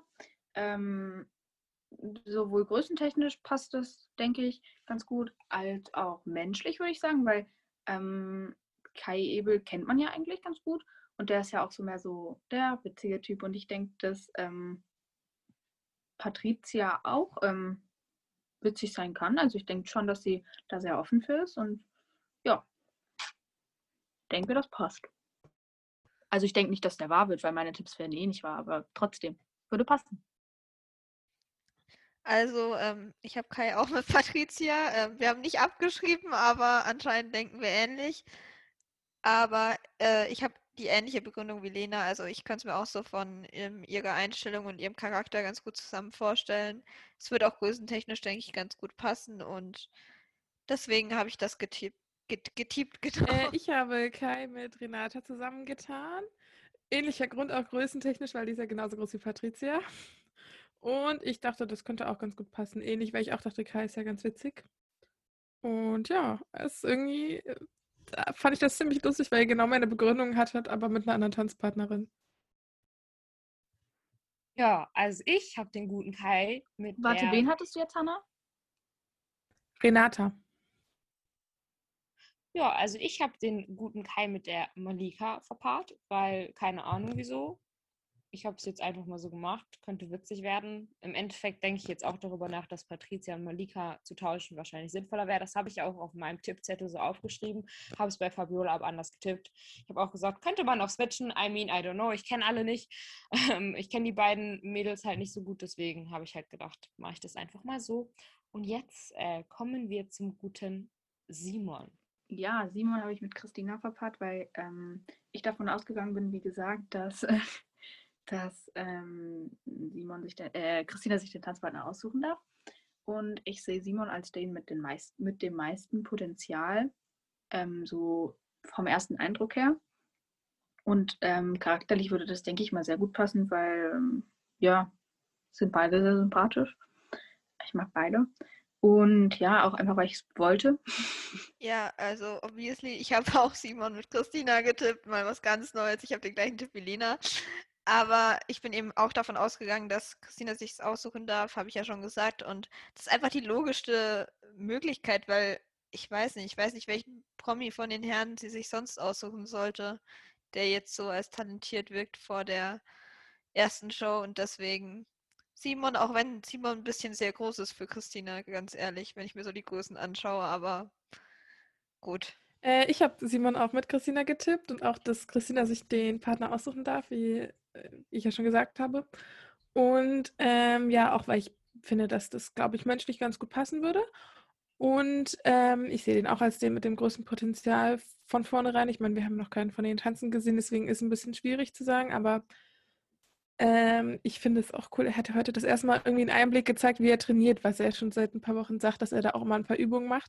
Sowohl größentechnisch passt das, denke ich, ganz gut, als auch menschlich, würde ich sagen, weil Kai Ebel kennt man ja eigentlich ganz gut und der ist ja auch so mehr so der witzige Typ und ich denke, dass Patricia auch witzig sein kann. Also ich denke schon, dass sie da sehr offen für ist und ja, denke, das passt. Also ich denke nicht, dass der wahr wird, weil meine Tipps werden eh nicht wahr, aber trotzdem, würde passen. Also, ich habe Kai auch mit Patricia. Wir haben nicht abgeschrieben, aber anscheinend denken wir ähnlich. Aber ich habe die ähnliche Begründung wie Lena. Also ich könnte es mir auch so von ihrer Einstellung und ihrem Charakter ganz gut zusammen vorstellen. Es wird auch größentechnisch, denke ich, ganz gut passen und deswegen habe ich das getippt, genau. Ich habe Kai mit Renata zusammengetan. Ähnlicher Grund auch größentechnisch, weil die ist ja genauso groß wie Patricia. Und ich dachte, das könnte auch ganz gut passen. Ähnlich, weil ich auch dachte, Kai ist ja ganz witzig. Und ja, es irgendwie da fand ich das ziemlich lustig, weil er genau meine Begründung hatte, aber mit einer anderen Tanzpartnerin. Ja, also ich habe den guten Kai mit Warte, der. wen hattest du jetzt, Hannah? Renata. Ja, also ich habe den guten Kai mit der Malika verpaart, weil keine Ahnung wieso. Ich habe es jetzt einfach mal so gemacht, könnte witzig werden. Im Endeffekt denke ich jetzt auch darüber nach, dass Patricia und Malika zu tauschen wahrscheinlich sinnvoller wäre. Das habe ich auch auf meinem Tippzettel so aufgeschrieben, habe es bei Fabiola aber anders getippt. Ich habe auch gesagt, könnte man auch switchen. I mean, I don't know, ich kenne alle nicht. Ich kenne die beiden Mädels halt nicht so gut, deswegen habe ich halt gedacht, mache ich das einfach mal so. Und jetzt kommen wir zum guten Simon. Ja, Simon habe ich mit Christina verpaart, weil ich davon ausgegangen bin, wie gesagt, dass, dass Christina sich den Tanzpartner aussuchen darf. Und ich sehe Simon als den mit dem meisten Potenzial, so vom ersten Eindruck her. Und charakterlich würde das, denke ich mal, sehr gut passen, weil, ja, sind beide sehr sympathisch. Ich mag beide. Und ja, auch einfach, weil ich es wollte. Ja, also obviously, ich habe auch Simon mit Christina getippt, mal was ganz Neues. Ich habe den gleichen Tipp wie Lena. Aber ich bin eben auch davon ausgegangen, dass Christina sich aussuchen darf, habe ich ja schon gesagt. Und das ist einfach die logischste Möglichkeit, weil ich weiß nicht, welchen Promi von den Herren sie sich sonst aussuchen sollte, der jetzt so als talentiert wirkt vor der ersten Show. Und deswegen Simon, auch wenn Simon ein bisschen sehr groß ist für Christina, ganz ehrlich, wenn ich mir so die Größen anschaue, aber gut. Ich habe Simon auch mit Christina getippt und auch, dass Christina sich den Partner aussuchen darf, wie ich ja schon gesagt habe. Und ja, auch weil ich finde, dass das, glaube ich, menschlich ganz gut passen würde. Und ich sehe den auch als den mit dem größten Potenzial von vornherein. Ich meine, wir haben noch keinen von den tanzen gesehen, deswegen ist es ein bisschen schwierig zu sagen, aber ich finde es auch cool. Er hatte heute das erste Mal irgendwie einen Einblick gezeigt, wie er trainiert, was er schon seit ein paar Wochen sagt, dass er da auch immer ein paar Übungen macht.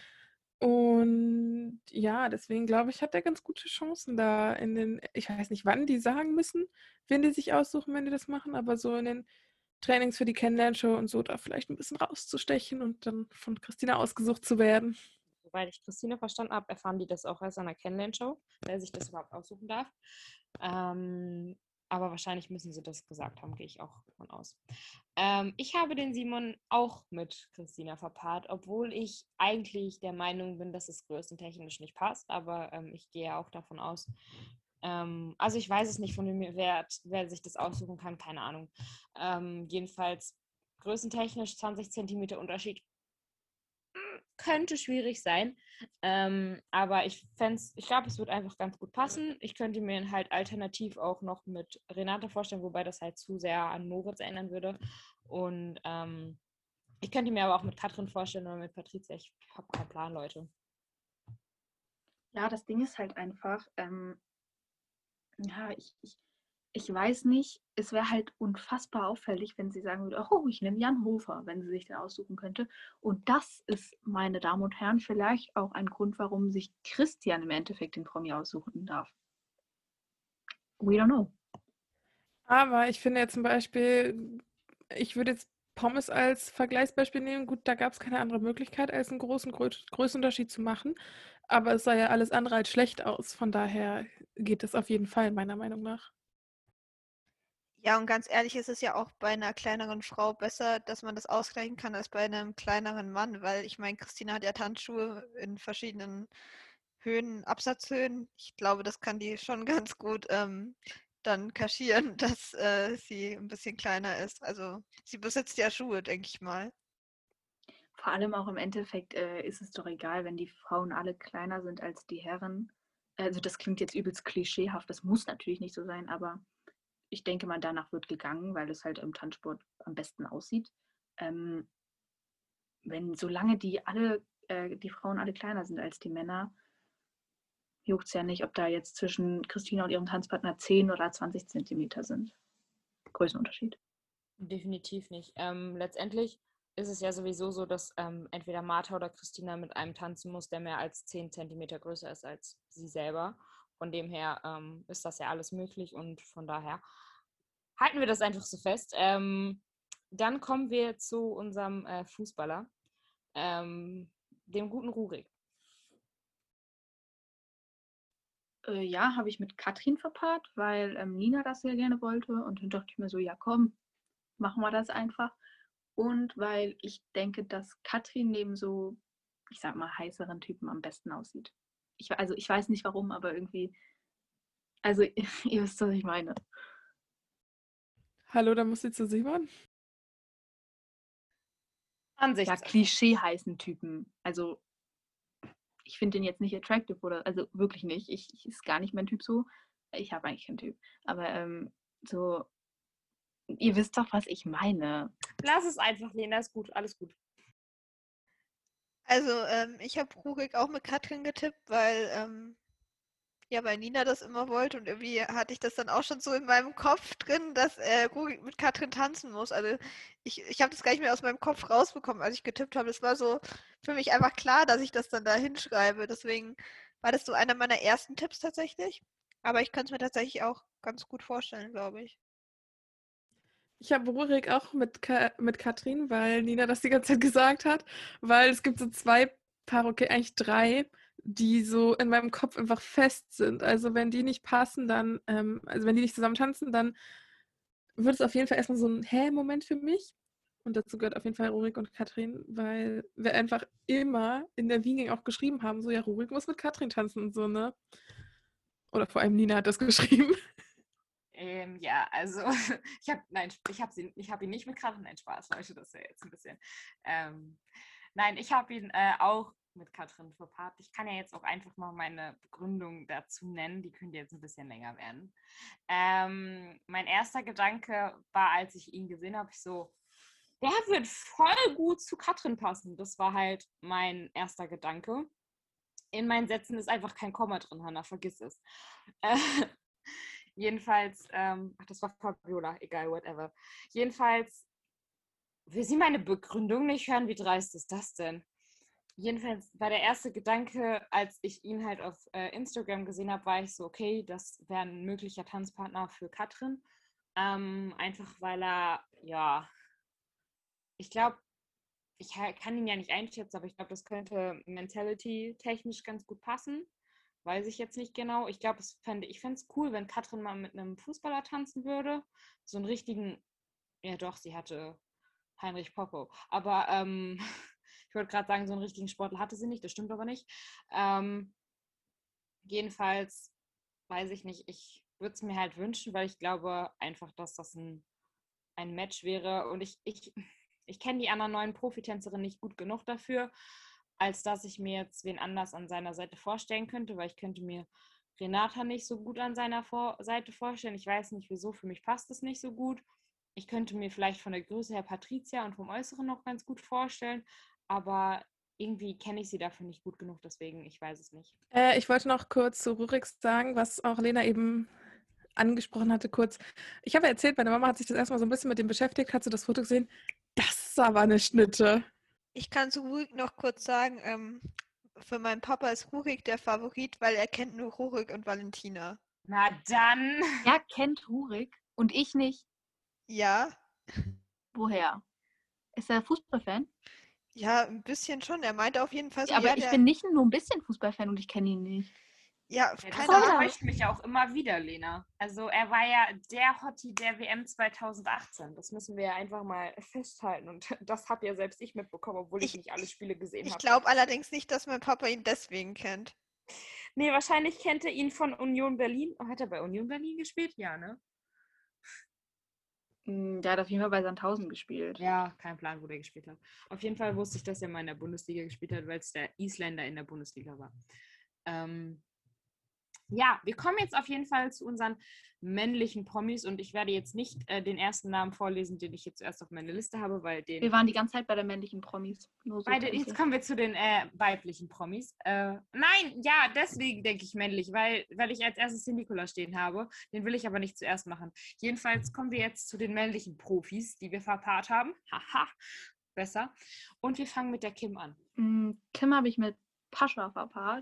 Und ja, deswegen glaube ich, hat er ganz gute Chancen da ich weiß nicht, wann die sagen müssen, wen die sich aussuchen, wenn die das machen, aber so in den Trainings für die Kennenlernshow und so da vielleicht ein bisschen rauszustechen und dann von Christina ausgesucht zu werden. Soweit ich Christine verstanden habe, erfahren die das auch erst an der Kennenlernshow, wer sich das überhaupt aussuchen darf. Aber wahrscheinlich müssen sie das gesagt haben, gehe ich auch davon aus. Ich habe den Simon auch mit Christina verpaart, obwohl ich eigentlich der Meinung bin, dass es größentechnisch nicht passt, aber ich gehe auch davon aus. Also ich weiß es nicht, von wem wer sich das aussuchen kann, keine Ahnung. Jedenfalls größentechnisch 20 Zentimeter Unterschied könnte schwierig sein, aber ich glaube, es wird einfach ganz gut passen. Ich könnte mir halt alternativ auch noch mit Renate vorstellen, wobei das halt zu sehr an Moritz erinnern würde. Und ich könnte mir aber auch mit Katrin vorstellen oder mit Patricia. Ich habe keinen Plan, Leute. Ja, das Ding ist halt einfach, ja, ich weiß nicht, es wäre halt unfassbar auffällig, wenn sie sagen würde, oh, ich nehme Jan Hofer, wenn sie sich den aussuchen könnte. Und das ist, meine Damen und Herren, vielleicht auch ein Grund, warum sich Christian im Endeffekt den Promi aussuchen darf. We don't know. Aber ich finde ja zum Beispiel, ich würde jetzt Pommes als Vergleichsbeispiel nehmen. Gut, da gab es keine andere Möglichkeit, als einen großen Größenunterschied zu machen. Aber es sah ja alles andere als schlecht aus. Von daher geht es auf jeden Fall, meiner Meinung nach. Ja, und ganz ehrlich ist es ja auch bei einer kleineren Frau besser, dass man das ausgleichen kann, als bei einem kleineren Mann, weil ich meine, Christina hat ja Tanzschuhe in verschiedenen Höhen, Absatzhöhen. Ich glaube, das kann die schon ganz gut dann kaschieren, dass sie ein bisschen kleiner ist. Also sie besitzt ja Schuhe, denke ich mal. Vor allem auch im Endeffekt ist es doch egal, wenn die Frauen alle kleiner sind als die Herren. Also das klingt jetzt übelst klischeehaft, das muss natürlich nicht so sein, aber ich denke mal, danach wird gegangen, weil es halt im Tanzsport am besten aussieht. Solange die Frauen alle kleiner sind als die Männer, juckt es ja nicht, ob da jetzt zwischen Christina und ihrem Tanzpartner 10 oder 20 Zentimeter sind. Größenunterschied. Definitiv nicht. Letztendlich ist es ja sowieso so, dass entweder Martha oder Christina mit einem tanzen muss, der mehr als 10 Zentimeter größer ist als sie selber. Von dem her ist das ja alles möglich und von daher halten wir das einfach so fest. Dann kommen wir zu unserem Fußballer, dem guten Rurik. Ja, habe ich mit Katrin verpaart, weil Nina das sehr gerne wollte. Und dann dachte ich mir so, ja komm, machen wir das einfach. Und weil ich denke, dass Katrin neben so, ich sag mal, heißeren Typen am besten aussieht. Ich weiß nicht warum, aber irgendwie, also ihr wisst, was ich meine. Hallo, da muss sie zu Simon. Ja, Ansichtssache. Klischee-heißen Typen. Also ich finde den jetzt nicht attractive oder, also wirklich nicht. Ich ist gar nicht mein Typ so. Ich habe eigentlich keinen Typ. Aber so, ihr wisst doch, was ich meine. Lass es einfach, Lena, ist gut, alles gut. Also ich habe Rurik auch mit Katrin getippt, weil Ja, weil Nina das immer wollte und irgendwie hatte ich das dann auch schon so in meinem Kopf drin, dass Rurik mit Katrin tanzen muss. Also ich habe das gar nicht mehr aus meinem Kopf rausbekommen, als ich getippt habe. Es war so für mich einfach klar, dass ich das dann da hinschreibe. Deswegen war das so einer meiner ersten Tipps tatsächlich. Aber ich könnte es mir tatsächlich auch ganz gut vorstellen, glaube ich. Ich habe Rurik auch mit Katrin, weil Nina das die ganze Zeit gesagt hat, weil es gibt so 2 Paare, okay, eigentlich 3, die so in meinem Kopf einfach fest sind. Also wenn die nicht passen, dann, also wenn die nicht zusammen tanzen, dann wird es auf jeden Fall erstmal so ein Hä-Moment für mich. Und dazu gehört auf jeden Fall Rurik und Katrin, weil wir einfach immer in der Wien auch geschrieben haben, so ja, Rurik muss mit Katrin tanzen und so, ne? Oder vor allem Nina hat das geschrieben. Ja, also ich habe ihn nicht mit Katrin, nein, Spaß, Leute, das ist ja jetzt ein bisschen. Nein, ich habe ihn auch mit Katrin verpaart. Ich kann ja jetzt auch einfach mal meine Begründung dazu nennen, die könnte jetzt ein bisschen länger werden. Mein erster Gedanke war, als ich ihn gesehen habe, ich so, der wird voll gut zu Katrin passen. Das war halt mein erster Gedanke. In meinen Sätzen ist einfach kein Komma drin, Hannah, vergiss es. Jedenfalls, das war Fabiola, egal, whatever. Jedenfalls, will sie meine Begründung nicht hören? Wie dreist ist das denn? Jedenfalls war der erste Gedanke, als ich ihn halt auf Instagram gesehen habe, war ich so, okay, das wäre ein möglicher Tanzpartner für Katrin. Einfach weil er, ja, ich glaube, ich kann ihn ja nicht einschätzen, aber ich glaube, das könnte mentality-technisch ganz gut passen. Weiß ich jetzt nicht genau. Ich glaube, ich fände es cool, wenn Katrin mal mit einem Fußballer tanzen würde. So einen richtigen, ja doch, sie hatte Heinrich Poppo. Aber ich wollte gerade sagen, so einen richtigen Sportler hatte sie nicht, das stimmt aber nicht. Jedenfalls weiß ich nicht, ich würde es mir halt wünschen, weil ich glaube einfach, dass das ein Match wäre. Und ich kenne die anderen neuen Profitänzerinnen nicht gut genug dafür, als dass ich mir jetzt wen anders an seiner Seite vorstellen könnte, weil ich könnte mir Renata nicht so gut an seiner Seite vorstellen. Ich weiß nicht wieso, für mich passt es nicht so gut. Ich könnte mir vielleicht von der Größe her Patricia und vom Äußeren noch ganz gut vorstellen, aber irgendwie kenne ich sie dafür nicht gut genug, deswegen, ich weiß es nicht. Ich wollte noch kurz zu Rurik sagen, was auch Lena eben angesprochen hatte, kurz. Ich habe ja erzählt, meine Mama hat sich das erstmal so ein bisschen mit dem beschäftigt, hat sie das Foto gesehen. Das ist aber eine Schnitte. Ich kann zu Rurik noch kurz sagen, für meinen Papa ist Rurik der Favorit, weil er kennt nur Rurik und Valentina. Na dann. Er kennt Rurik und ich nicht. Ja, Woher? Ist er Fußballfan? ja, ein bisschen schon. Er meinte auf jeden Fall so, Ja, aber ja, ich bin nicht nur ein bisschen Fußballfan und ich kenne ihn nicht. ja, Ja, das keine Ahnung. enttäuscht mich auch immer wieder, Lena. Also er war ja der Hottie der WM 2018. Das müssen wir ja einfach mal festhalten. Und das habe ja selbst ich mitbekommen, obwohl ich nicht alle Spiele gesehen Ich habe. glaube allerdings nicht, dass mein Papa ihn deswegen kennt. Nee, wahrscheinlich kennt er ihn von Union Berlin. Oh, hat er bei Union Berlin gespielt? Ja, ne? Der hat auf jeden Fall bei Sandhausen gespielt. Ja, kein Plan, wo der gespielt hat. Auf jeden Fall wusste ich, dass er mal in der Bundesliga gespielt hat, weil es der Isländer in der Bundesliga war. Ja, wir kommen jetzt auf jeden Fall zu unseren männlichen Promis und ich werde jetzt nicht den ersten Namen vorlesen, den ich jetzt erst auf meiner Liste habe, weil Wir waren die ganze Zeit bei den männlichen Promis. Nur so jetzt kommen wir zu den weiblichen Promis. Nein, ja, deswegen denke ich männlich, weil ich als erstes den Nikola stehen habe. Den will ich aber nicht zuerst machen. Jedenfalls kommen wir jetzt zu den männlichen Profis, die wir verpaart haben. Haha, besser. Und wir fangen mit der Kim an. Kim habe ich mit Pascha verpaart.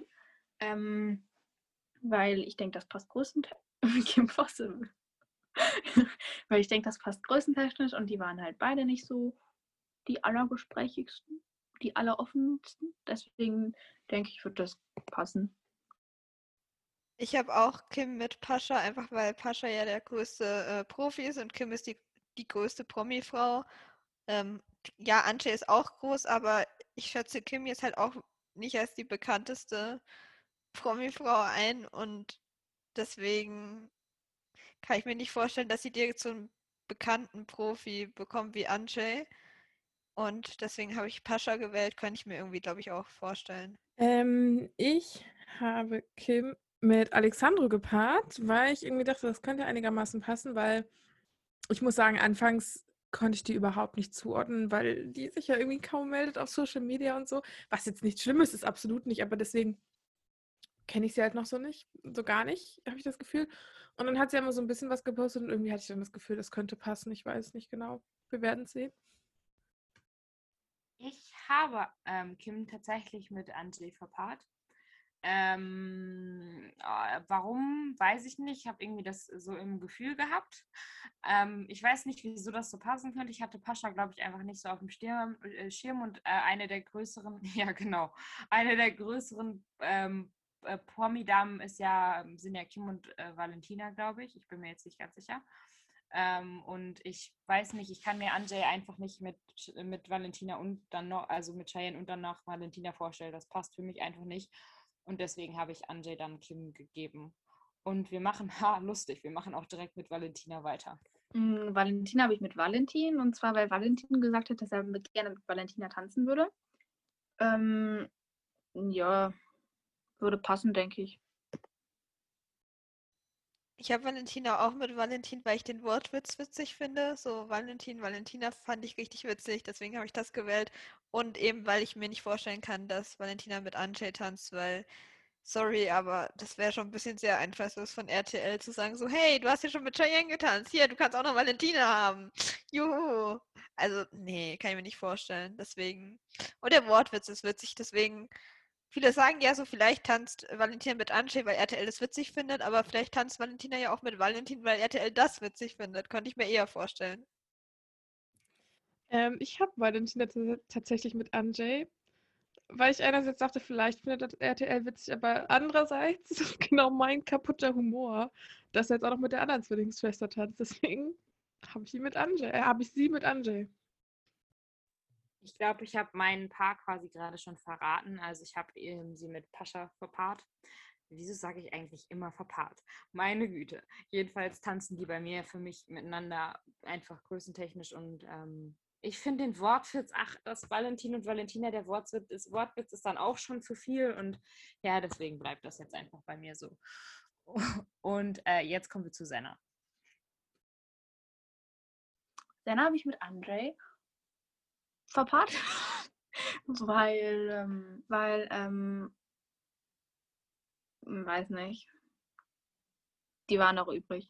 Weil ich denke, das passt größtenteils. Kim Possible. Weil ich denke, das passt größtentechnisch und die waren halt beide nicht so die allergesprächigsten, die alleroffensten. Deswegen denke ich, wird das passen. Ich habe auch Kim mit Pascha, einfach weil Pascha ja der größte Profi ist und Kim ist die größte Promi-Frau. Ja, Antje ist auch groß, aber ich schätze Kim jetzt halt auch nicht als die bekannteste Promi-Frau ein und deswegen kann ich mir nicht vorstellen, dass sie direkt so einen bekannten Profi bekommt wie Antje. Und deswegen habe ich Pascha gewählt, könnte ich mir irgendwie, glaube ich, auch vorstellen. Ich habe Kim mit Alexandro gepaart, weil ich irgendwie dachte, das könnte einigermaßen passen, weil ich muss sagen, anfangs konnte ich die überhaupt nicht zuordnen, weil die sich ja irgendwie kaum meldet auf Social Media und so. Was jetzt nicht schlimm ist, ist absolut nicht, aber deswegen kenne ich sie halt noch so nicht, so gar nicht, habe ich das Gefühl. Und dann hat sie immer so ein bisschen was gepostet und irgendwie hatte ich dann das Gefühl, das könnte passen. Ich weiß nicht genau. Wir werden sehen. Ich habe Kim tatsächlich mit Anjay verpaart. Warum, weiß ich nicht. Ich habe irgendwie das so im Gefühl gehabt. Ich weiß nicht, wieso das so passen könnte. Ich hatte Pascha, glaube ich, einfach nicht so auf dem Schirm und eine der größeren, ja genau, eine der größeren Promi-Damen sind ja Kim und Valentina, glaube ich. Ich bin mir jetzt nicht ganz sicher. Und ich weiß nicht, ich kann mir Anjay einfach nicht mit Valentina und dann noch, also mit Cheyenne und dann noch Valentina vorstellen. Das passt für mich einfach nicht. Und deswegen habe ich Anjay dann Kim gegeben. Und wir machen, lustig, wir machen auch direkt mit Valentina weiter. Valentina habe ich mit Valentin, und zwar, weil Valentin gesagt hat, dass er gerne mit Valentina tanzen würde. Ja, würde passen, denke ich. Ich habe Valentina auch mit Valentin, weil ich den Wortwitz witzig finde. So Valentin, Valentina fand ich richtig witzig, deswegen habe ich das gewählt. Und eben, weil ich mir nicht vorstellen kann, dass Valentina mit Anjay tanzt, weil, sorry, aber das wäre schon ein bisschen sehr einfallslos von RTL zu sagen, so, hey, du hast ja schon mit Cheyenne getanzt, hier, du kannst auch noch Valentina haben. Juhu. Also, nee, kann ich mir nicht vorstellen, deswegen. Und der Wortwitz ist witzig, deswegen. Viele sagen ja so, vielleicht tanzt Valentina mit Anjay, weil RTL das witzig findet, aber vielleicht tanzt Valentina ja auch mit Valentin, weil RTL das witzig findet. Könnte ich mir eher vorstellen. Ich habe Valentina tatsächlich mit Anjay, weil ich einerseits dachte, vielleicht findet das RTL witzig, aber andererseits ist das genau mein kaputter Humor, dass er jetzt auch noch mit der anderen Zwillingsschwester tanzt. Deswegen habe ich sie mit Anjay. Ich glaube, ich habe meinen Paar quasi gerade schon verraten. Also ich habe sie mit Pascha verpaart. Wieso sage ich eigentlich immer verpaart? Meine Güte. Jedenfalls tanzen die bei mir für mich miteinander einfach größentechnisch und ich finde den Wortwitz, das Valentin und Valentina, der Wortwitz ist dann auch schon zu viel und ja, deswegen bleibt das jetzt einfach bei mir so. Und jetzt kommen wir zu Senna. Senna habe ich mit Anjay verpaart, weil, weiß nicht, die waren noch übrig.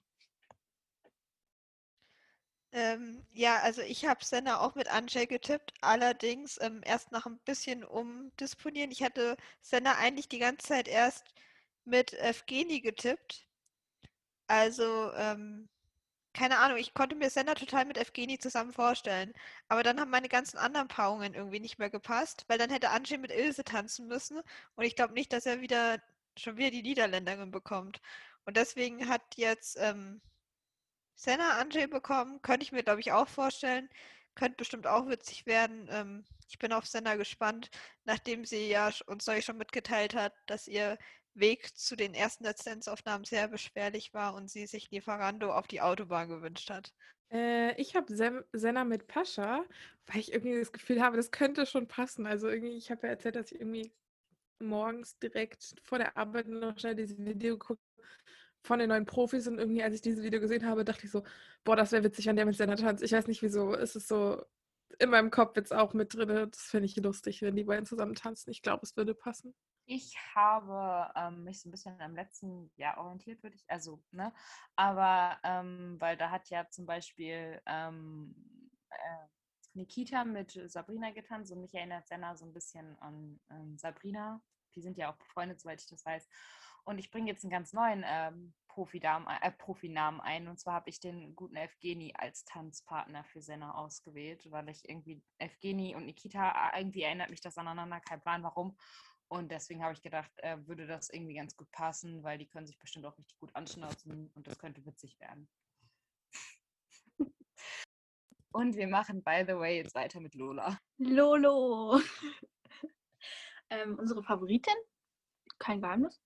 Ja, also ich habe Senna auch mit Anjay getippt, allerdings erst nach ein bisschen umdisponieren. Ich hatte Senna eigentlich die ganze Zeit erst mit Evgeni getippt. Also, keine Ahnung, ich konnte mir Senna total mit Evgeni zusammen vorstellen. Aber dann haben meine ganzen anderen Paarungen irgendwie nicht mehr gepasst, weil dann hätte Anjay mit Ilse tanzen müssen. Und ich glaube nicht, dass er schon wieder die Niederländerin bekommt. Und deswegen hat jetzt Senna Anjay bekommen. Könnte ich mir, glaube ich, auch vorstellen. Könnte bestimmt auch witzig werden. Ich bin auf Senna gespannt, nachdem sie ja uns neulich schon mitgeteilt hat, dass ihr Weg zu den ersten Lizenzaufnahmen sehr beschwerlich war und sie sich Lieferando auf die Autobahn gewünscht hat. Ich habe Senna mit Pascha, weil ich irgendwie das Gefühl habe, das könnte schon passen. Also irgendwie, ich habe ja erzählt, dass ich irgendwie morgens direkt vor der Arbeit noch schnell dieses Video geguckt von den neuen Profis und irgendwie, als ich dieses Video gesehen habe, dachte ich so, boah, das wäre witzig, wenn der mit Senna tanzt. Ich weiß nicht wieso, ist es so in meinem Kopf jetzt auch mit drin. Das finde ich lustig, wenn die beiden zusammen tanzen. Ich glaube, es würde passen. Ich habe mich so ein bisschen am letzten Jahr orientiert, also, ne, aber weil da hat ja zum Beispiel Nikita mit Sabrina getanzt und mich erinnert Senna so ein bisschen an Sabrina. Die sind ja auch befreundet, soweit ich das weiß. Und ich bringe jetzt einen ganz neuen Profinamen ein. Und zwar habe ich den guten Evgeni als Tanzpartner für Senna ausgewählt, weil ich irgendwie Evgeni und Nikita, irgendwie erinnert mich das aneinander, kein Plan warum. Und deswegen habe ich gedacht, würde das irgendwie ganz gut passen, weil die können sich bestimmt auch richtig gut anschnauzen und das könnte witzig werden. Und wir machen, by the way, jetzt weiter mit Lola. Lolo. Unsere Favoritin, kein Geheimnis,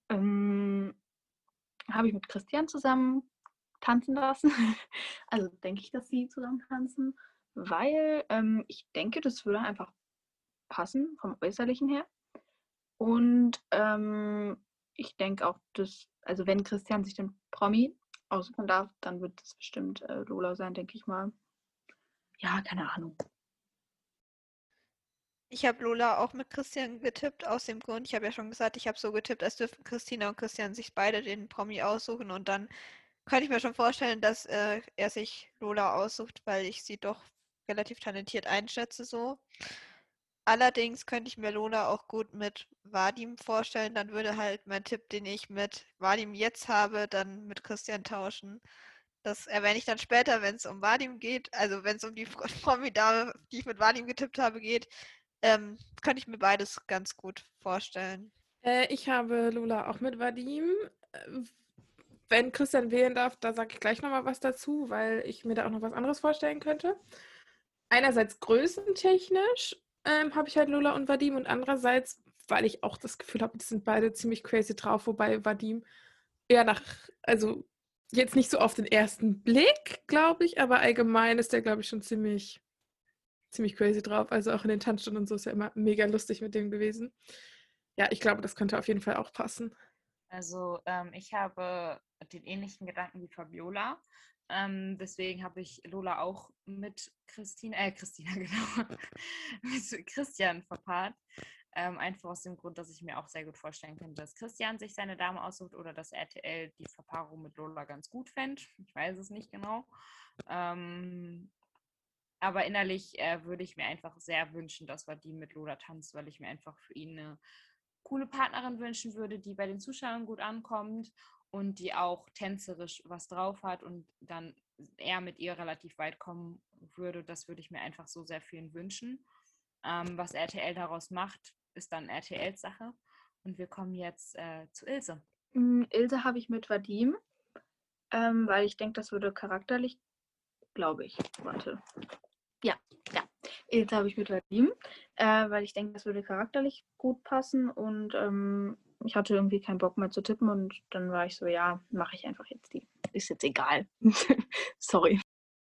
habe ich mit Christian zusammen tanzen lassen. Also denke ich, dass sie zusammen tanzen, weil ich denke, das würde einfach passen vom Äußerlichen her. Und ich denke auch, dass, also wenn Christian sich den Promi aussuchen darf, dann wird es bestimmt Lola sein, denke ich mal. Ja, keine Ahnung. Ich habe Lola auch mit Christian getippt, aus dem Grund, ich habe ja schon gesagt, ich habe so getippt, als dürften Christina und Christian sich beide den Promi aussuchen und dann könnte ich mir schon vorstellen, dass er sich Lola aussucht, weil ich sie doch relativ talentiert einschätze so. Allerdings könnte ich mir Lola auch gut mit Vadim vorstellen, dann würde halt mein Tipp, den ich mit Vadim jetzt habe, dann mit Christian tauschen. Das erwähne ich dann später, wenn es um Vadim geht, also wenn es um die Promi-Dame, die ich mit Vadim getippt habe, geht, könnte ich mir beides ganz gut vorstellen. Ich habe Lola auch mit Vadim. Äh, Wenn Christian wählen darf, da sage ich gleich nochmal was dazu, weil ich mir da auch noch was anderes vorstellen könnte. Einerseits größentechnisch habe ich halt Lola und Vadim und andererseits, weil ich auch das Gefühl habe, die sind beide ziemlich crazy drauf, wobei Vadim eher also jetzt nicht so auf den ersten Blick, glaube ich, aber allgemein ist der, glaube ich, schon ziemlich crazy drauf. Also auch in den Tanzstunden und so ist ja immer mega lustig mit dem gewesen. Ja, ich glaube, das könnte auf jeden Fall auch passen. Also ich habe den ähnlichen Gedanken wie Fabiola. Deswegen habe ich Lola auch mit Christina, genau, mit Christian verpaart. Einfach aus dem Grund, dass ich mir auch sehr gut vorstellen könnte, dass Christian sich seine Dame aussucht oder dass RTL die Verpaarung mit Lola ganz gut fände. Ich weiß es nicht genau. Aber innerlich würde ich mir einfach sehr wünschen, dass Vadim mit Lola tanzt, weil ich mir einfach für ihn eine coole Partnerin wünschen würde, die bei den Zuschauern gut ankommt und die auch tänzerisch was drauf hat und dann er mit ihr relativ weit kommen würde. Das würde ich mir einfach so sehr für ihn wünschen. Was RTL daraus macht, ist dann RTLs Sache. Und wir kommen jetzt zu Ilse. Ilse habe ich mit Vadim, weil ich denke, das würde charakterlich, glaube ich, warte. Ja. Ilse habe ich mit Vadim, weil ich denke, das würde charakterlich gut passen und ich hatte irgendwie keinen Bock mehr zu tippen und dann war ich so, ja, mache ich einfach jetzt die. Ist jetzt egal. Sorry.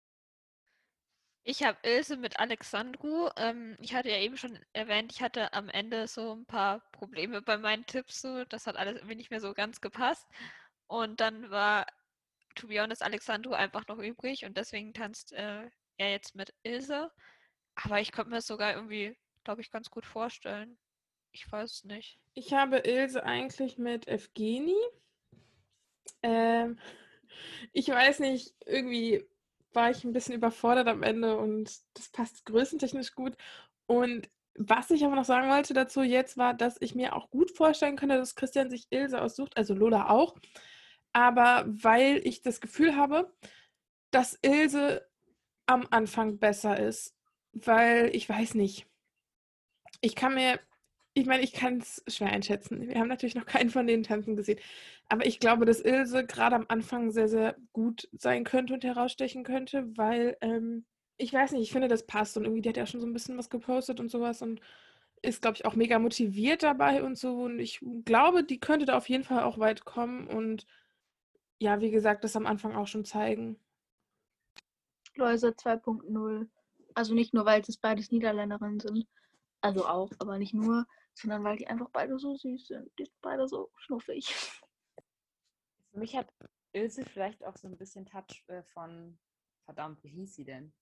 Ich habe Ilse mit Alexandru. Ich hatte ja eben schon erwähnt, ich hatte am Ende so ein paar Probleme bei meinen Tipps. So. Das hat alles irgendwie nicht mehr so ganz gepasst. Und dann war, to be honest, Alexandru einfach noch übrig und deswegen tanzt er jetzt mit Ilse. Aber ich könnte mir das sogar irgendwie, glaube ich, ganz gut vorstellen. Ich weiß es nicht. Ich habe Ilse eigentlich mit Evgeni. Ähm, Ich weiß nicht, irgendwie war ich ein bisschen überfordert am Ende und das passt größentechnisch gut. Und was ich aber noch sagen wollte dazu jetzt war, dass ich mir auch gut vorstellen könnte, dass Christian sich Ilse aussucht, also Lola auch. Aber weil ich das Gefühl habe, dass Ilse am Anfang besser ist. Weil ich weiß nicht. Ich kann mir, ich meine, ich kann es schwer einschätzen. Wir haben natürlich noch keinen von den Tanzen gesehen. Aber ich glaube, dass Ilse gerade am Anfang sehr, sehr gut sein könnte und herausstechen könnte, weil ich weiß nicht, ich finde, das passt. Und irgendwie, die hat ja schon so ein bisschen was gepostet und sowas und ist, glaube ich, auch mega motiviert dabei und so. Und ich glaube, die könnte da auf jeden Fall auch weit kommen und ja, wie gesagt, das am Anfang auch schon zeigen. Läuse 2.0. Also nicht nur, weil es beides Niederländerinnen sind. Also auch, aber nicht nur, sondern weil die einfach beide so süß sind. Die sind beide so schnuffig. Für mich hat Ilse vielleicht auch so ein bisschen Touch von, verdammt, wie hieß sie denn?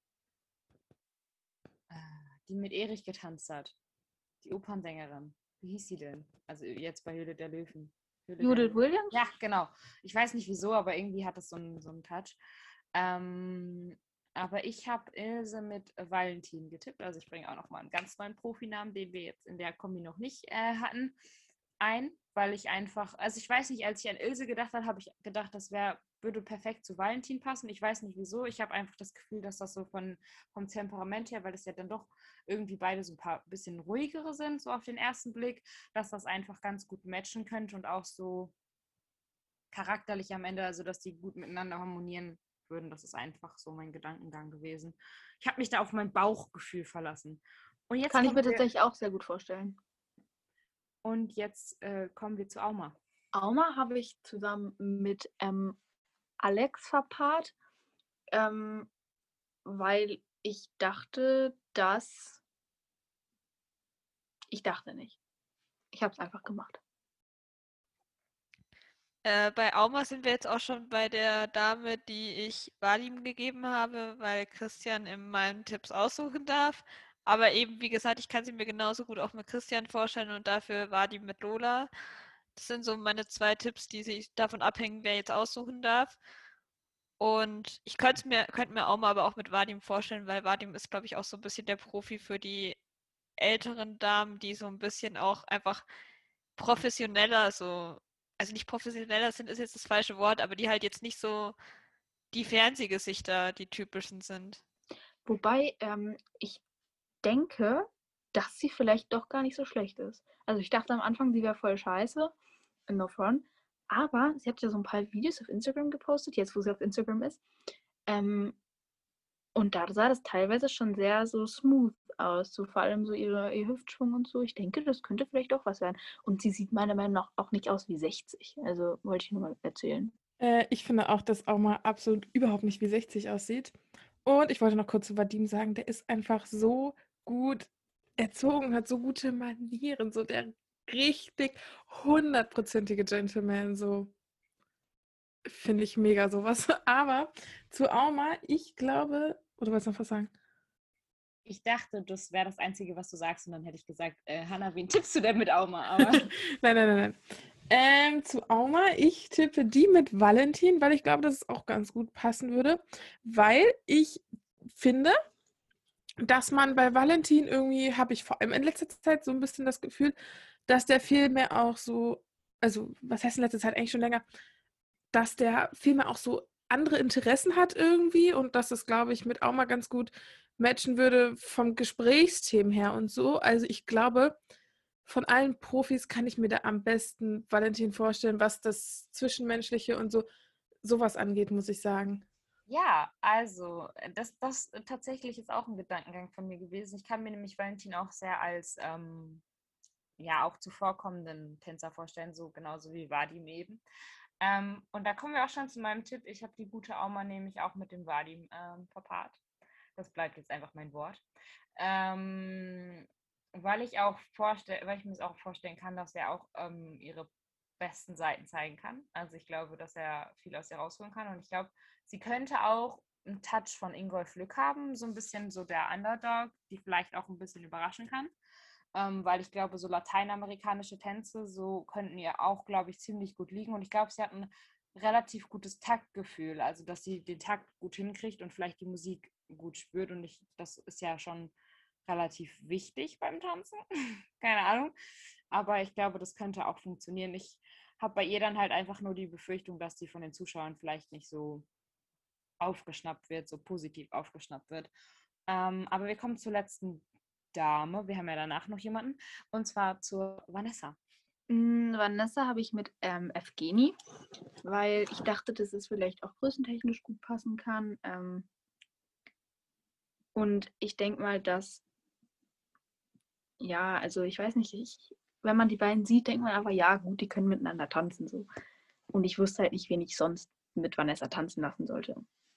Die mit Erich getanzt hat. Die Opernsängerin. Wie hieß sie denn? Also jetzt bei Höhle der Löwen. Judith Williams? Ja, genau. Ich weiß nicht wieso, aber irgendwie hat das so einen Touch. Aber ich habe Ilse mit Valentin getippt. Also ich bringe auch nochmal einen ganz neuen Profinamen, den wir jetzt in der Kombi noch nicht hatten, ein, weil ich einfach, also ich weiß nicht, als ich an Ilse gedacht habe ich gedacht, würde perfekt zu Valentin passen. Ich weiß nicht wieso. Ich habe einfach das Gefühl, dass das so vom Temperament her, weil es ja dann doch irgendwie beide so ein bisschen ruhigere sind, so auf den ersten Blick, dass das einfach ganz gut matchen könnte und auch so charakterlich am Ende, also dass die gut miteinander harmonieren würden. Das ist einfach so mein Gedankengang gewesen. Ich habe mich da auf mein Bauchgefühl verlassen. Und jetzt Kann ich mir tatsächlich auch sehr gut vorstellen. Und jetzt kommen wir zu Auma. Auma habe ich zusammen mit Alex verpaart, weil ich dachte, ich dachte nicht. Ich habe es einfach gemacht. Bei Auma sind wir jetzt auch schon bei der Dame, die ich Vadim gegeben habe, weil Christian in meinen Tipps aussuchen darf. Aber eben, wie gesagt, ich kann sie mir genauso gut auch mit Christian vorstellen und dafür war die mit Lola. Das sind so meine 2 Tipps, die sich davon abhängen, wer jetzt aussuchen darf. Und ich könnte mir auch mal aber auch mit Vadim vorstellen, weil Vadim ist, glaube ich, auch so ein bisschen der Profi für die älteren Damen, die so ein bisschen auch einfach professioneller so, also nicht professioneller sind, ist jetzt das falsche Wort, aber die halt jetzt nicht so die Fernsehgesichter, die typischen sind. Wobei ich denke, dass sie vielleicht doch gar nicht so schlecht ist. Also ich dachte am Anfang, sie wäre voll scheiße, no front, aber sie hat ja so ein paar Videos auf Instagram gepostet, jetzt wo sie auf Instagram ist. Ähm, und da sah das teilweise schon sehr so smooth aus, so vor allem so ihr Hüftschwung und so. Ich denke, das könnte vielleicht doch was werden. Und sie sieht meiner Meinung nach auch nicht aus wie 60. Also wollte ich nur mal erzählen. Ich finde auch, dass Auma absolut überhaupt nicht wie 60 aussieht. Und ich wollte noch kurz zu Vadim sagen, der ist einfach so gut erzogen, hat so gute Manieren, so der richtig hundertprozentige Gentleman, so finde ich mega sowas. Aber zu Auma, ich glaube, oder wolltest du noch was sagen? Ich dachte, das wäre das Einzige, was du sagst. Und dann hätte ich gesagt, Hannah, wen tippst du denn mit Auma? Aber Nein. Zu Auma, ich tippe die mit Valentin, weil ich glaube, dass es auch ganz gut passen würde, weil ich finde, dass man bei Valentin irgendwie, habe ich vor allem in letzter Zeit so ein bisschen das Gefühl, dass der viel mehr auch so, also was heißt in letzter Zeit eigentlich schon länger, dass der viel mehr auch so andere Interessen hat irgendwie und dass es, glaube ich, mit Auma ganz gut matchen würde vom Gesprächsthemen her und so. Also ich glaube, von allen Profis kann ich mir da am besten Valentin vorstellen, was das Zwischenmenschliche und so sowas angeht, muss ich sagen. ja, also das tatsächlich ist auch ein Gedankengang von mir gewesen. Ich kann mir nämlich Valentin auch sehr als ja auch zuvorkommenden Tänzer vorstellen, so genauso wie Vadim eben. Und da kommen wir auch schon zu meinem Tipp. Ich habe die gute Auma nämlich auch mit dem Vadim verpaart. Das bleibt jetzt einfach mein Wort. Weil ich mir es auch vorstellen kann, dass er auch ihre besten Seiten zeigen kann. Also ich glaube, dass er viel aus ihr rausholen kann. Und ich glaube, sie könnte auch einen Touch von Ingolf Lück haben, so ein bisschen so der Underdog, die vielleicht auch ein bisschen überraschen kann. Weil ich glaube, so lateinamerikanische Tänze, so könnten ihr auch, glaube ich, ziemlich gut liegen. Und ich glaube, sie hat ein relativ gutes Taktgefühl, also dass sie den Takt gut hinkriegt und vielleicht die Musik gut spürt. Und das ist ja schon relativ wichtig beim Tanzen. Keine Ahnung. Aber ich glaube, das könnte auch funktionieren. Ich habe bei ihr dann halt einfach nur die Befürchtung, dass sie von den Zuschauern vielleicht nicht so aufgeschnappt wird, so positiv aufgeschnappt wird. Aber wir kommen zur letzten Dame. Wir haben ja danach noch jemanden. Und zwar zur Vanessa. Vanessa habe ich mit Evgeni, weil ich dachte, dass es vielleicht auch größentechnisch gut passen kann. Und ich denke mal, dass, ja, also ich weiß nicht, wenn man die beiden sieht, denkt man aber, ja, gut, die können miteinander tanzen so. Und ich wusste halt nicht, wen ich sonst mit Vanessa tanzen lassen sollte.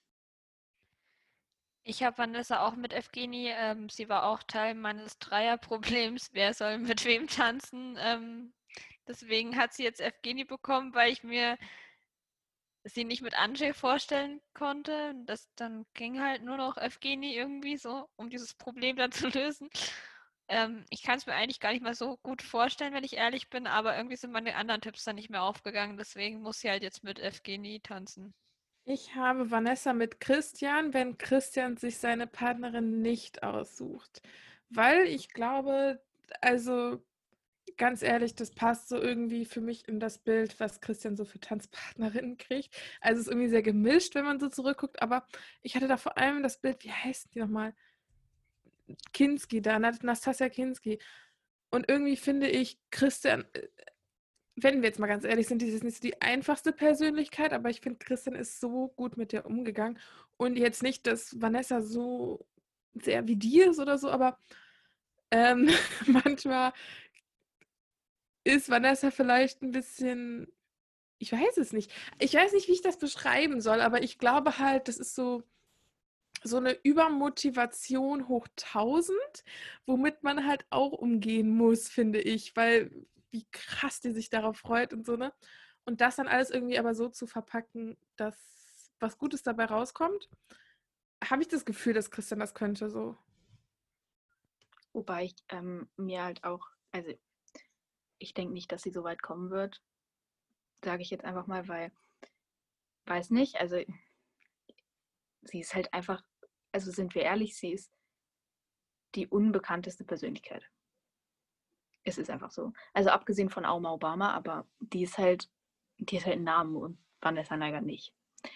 Ich habe Vanessa auch mit Evgeni. Sie war auch Teil meines Dreierproblems. Wer soll mit wem tanzen? Deswegen hat sie jetzt Evgeni bekommen, weil ich mir sie nicht mit Andrzej vorstellen konnte. Dann ging halt nur noch Evgeni irgendwie so, um dieses Problem dann zu lösen. Ich kann es mir eigentlich gar nicht mal so gut vorstellen, wenn ich ehrlich bin, aber irgendwie sind meine anderen Tipps dann nicht mehr aufgegangen. Deswegen muss sie halt jetzt mit Evgeni tanzen. Ich habe Vanessa mit Christian, wenn Christian sich seine Partnerin nicht aussucht. Weil ich glaube, also ganz ehrlich, das passt so irgendwie für mich in das Bild, was Christian so für Tanzpartnerinnen kriegt. Also es ist irgendwie sehr gemischt, wenn man so zurückguckt, aber ich hatte da vor allem das Bild, wie heißt die nochmal? Kinski da, Nastassja Kinski. Und irgendwie finde ich, Christian, wenn wir jetzt mal ganz ehrlich sind, das ist nicht so die einfachste Persönlichkeit, aber ich finde, Christian ist so gut mit der umgegangen. Und jetzt nicht, dass Vanessa so sehr wie die ist oder so, aber manchmal ist Vanessa vielleicht ein bisschen, ich weiß es nicht. Ich weiß nicht, wie ich das beschreiben soll, aber ich glaube halt, das ist so eine Übermotivation hoch 1000, womit man halt auch umgehen muss, finde ich, weil wie krass die sich darauf freut und so, ne? Und das dann alles irgendwie aber so zu verpacken, dass was Gutes dabei rauskommt, habe ich das Gefühl, dass Christian das könnte so. Wobei ich mir halt auch, also ich denke nicht, dass sie so weit kommen wird, sage ich jetzt einfach mal, weil, weiß nicht, also sie ist halt einfach, also sind wir ehrlich, sie ist die unbekannteste Persönlichkeit. Es ist einfach so. Also abgesehen von Auma Obama, aber die ist halt ein Name und Vanessa Naga nicht.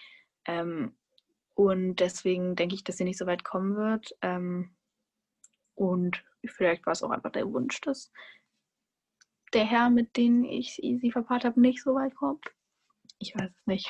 Und deswegen denke ich, dass sie nicht so weit kommen wird. Und vielleicht war es auch einfach der Wunsch, dass der Herr, mit dem ich sie verpaart habe, nicht so weit kommt. Ich weiß es nicht.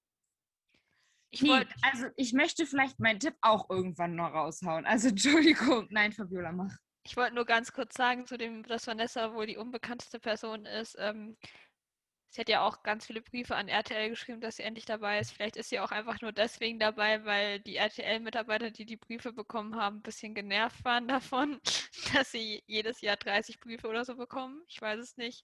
Ich möchte vielleicht meinen Tipp auch irgendwann noch raushauen. Also Entschuldigung, nein, Fabiola, mach. Ich wollte nur ganz kurz sagen, zu dem, dass Vanessa wohl die unbekannteste Person ist. Sie hat ja auch ganz viele Briefe an RTL geschrieben, dass sie endlich dabei ist. Vielleicht ist sie auch einfach nur deswegen dabei, weil die RTL-Mitarbeiter, die die Briefe bekommen haben, ein bisschen genervt waren davon, dass sie jedes Jahr 30 Briefe oder so bekommen. Ich weiß es nicht.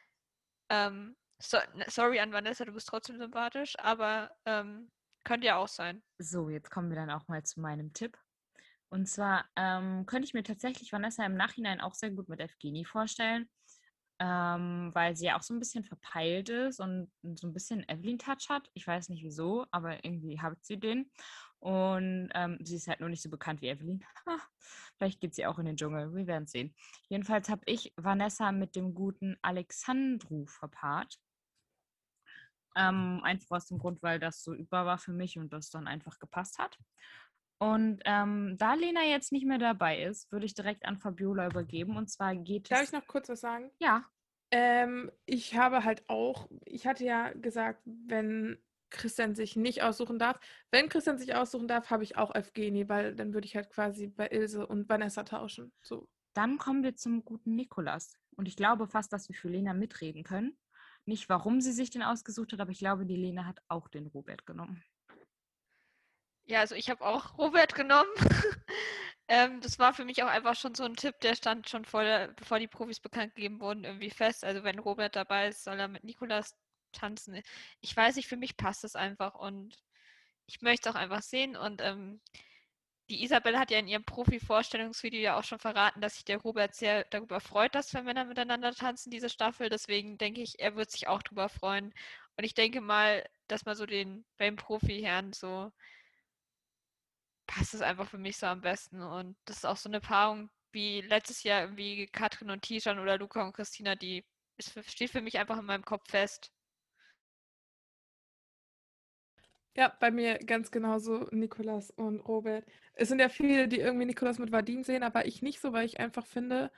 Sorry an Vanessa, du bist trotzdem sympathisch, aber könnte ja auch sein. So, jetzt kommen wir dann auch mal zu meinem Tipp. Und zwar könnte ich mir tatsächlich Vanessa im Nachhinein auch sehr gut mit Evgeni vorstellen, weil sie ja auch so ein bisschen verpeilt ist und so ein bisschen Evelyn-Touch hat. Ich weiß nicht wieso, aber irgendwie hat sie den. Und sie ist halt nur nicht so bekannt wie Evelyn. Vielleicht geht sie auch in den Dschungel, wir werden sehen. Jedenfalls habe ich Vanessa mit dem guten Alexandru verpaart. Einfach aus dem Grund, weil das so über war für mich und das dann einfach gepasst hat. Und da Lena jetzt nicht mehr dabei ist, würde ich direkt an Fabiola übergeben. Und zwar geht Darf es... ich noch kurz was sagen? Ja. Ich habe halt auch, ich hatte ja gesagt, wenn Christian sich nicht aussuchen darf, wenn Christian sich aussuchen darf, habe ich auch Evgeni, weil dann würde ich halt quasi bei Ilse und Vanessa tauschen. So. Dann kommen wir zum guten Nikolas. Und ich glaube fast, dass wir für Lena mitreden können. Nicht, warum sie sich den ausgesucht hat, aber ich glaube, die Lena hat auch den Robert genommen. Ja, also ich habe auch Robert genommen. Das war für mich auch einfach schon so ein Tipp, der stand schon bevor die Profis bekannt gegeben wurden, irgendwie fest. Also wenn Robert dabei ist, soll er mit Nikolas tanzen. Ich weiß nicht, für mich passt es einfach und ich möchte es auch einfach sehen. Und die Isabel hat ja in ihrem Profi-Vorstellungsvideo ja auch schon verraten, dass sich der Robert sehr darüber freut, dass zwei Männer miteinander tanzen, diese Staffel. Deswegen denke ich, er wird sich auch darüber freuen. Und ich denke mal, dass man so beim Profi-Herrn so passt es einfach für mich so am besten. Und das ist auch so eine Paarung wie letztes Jahr irgendwie Katrin und Tijan oder Luca und Christina, steht für mich einfach in meinem Kopf fest. Ja, bei mir ganz genauso Nikolas und Robert. Es sind ja viele, die irgendwie Nikolas mit Vadim sehen, aber ich nicht so, weil ich einfach finde,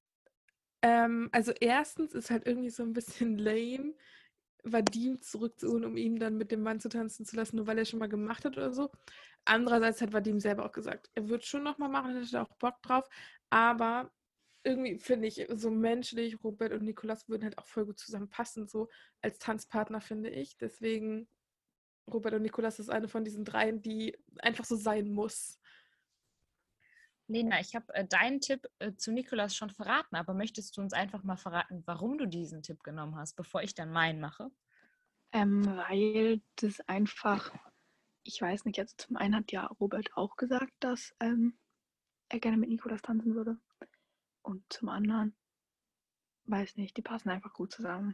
also erstens ist halt irgendwie so ein bisschen lame, Vadim zurückzuholen, um ihn dann mit dem Mann zu tanzen zu lassen, nur weil er schon mal gemacht hat oder so. Andererseits hat Vadim selber auch gesagt, er wird schon nochmal machen, er hätte auch Bock drauf, aber irgendwie finde ich, so menschlich, Robert und Nikolas würden halt auch voll gut zusammenpassen, so als Tanzpartner, finde ich. Deswegen, Robert und Nikolas ist eine von diesen dreien, die einfach so sein muss. Lena, ich habe deinen Tipp zu Nikolas schon verraten, aber möchtest du uns einfach mal verraten, warum du diesen Tipp genommen hast, bevor ich dann meinen mache? Weil das einfach, ich weiß nicht, also zum einen hat ja Robert auch gesagt, dass er gerne mit Nikolas tanzen würde. Und zum anderen, weiß nicht, die passen einfach gut zusammen.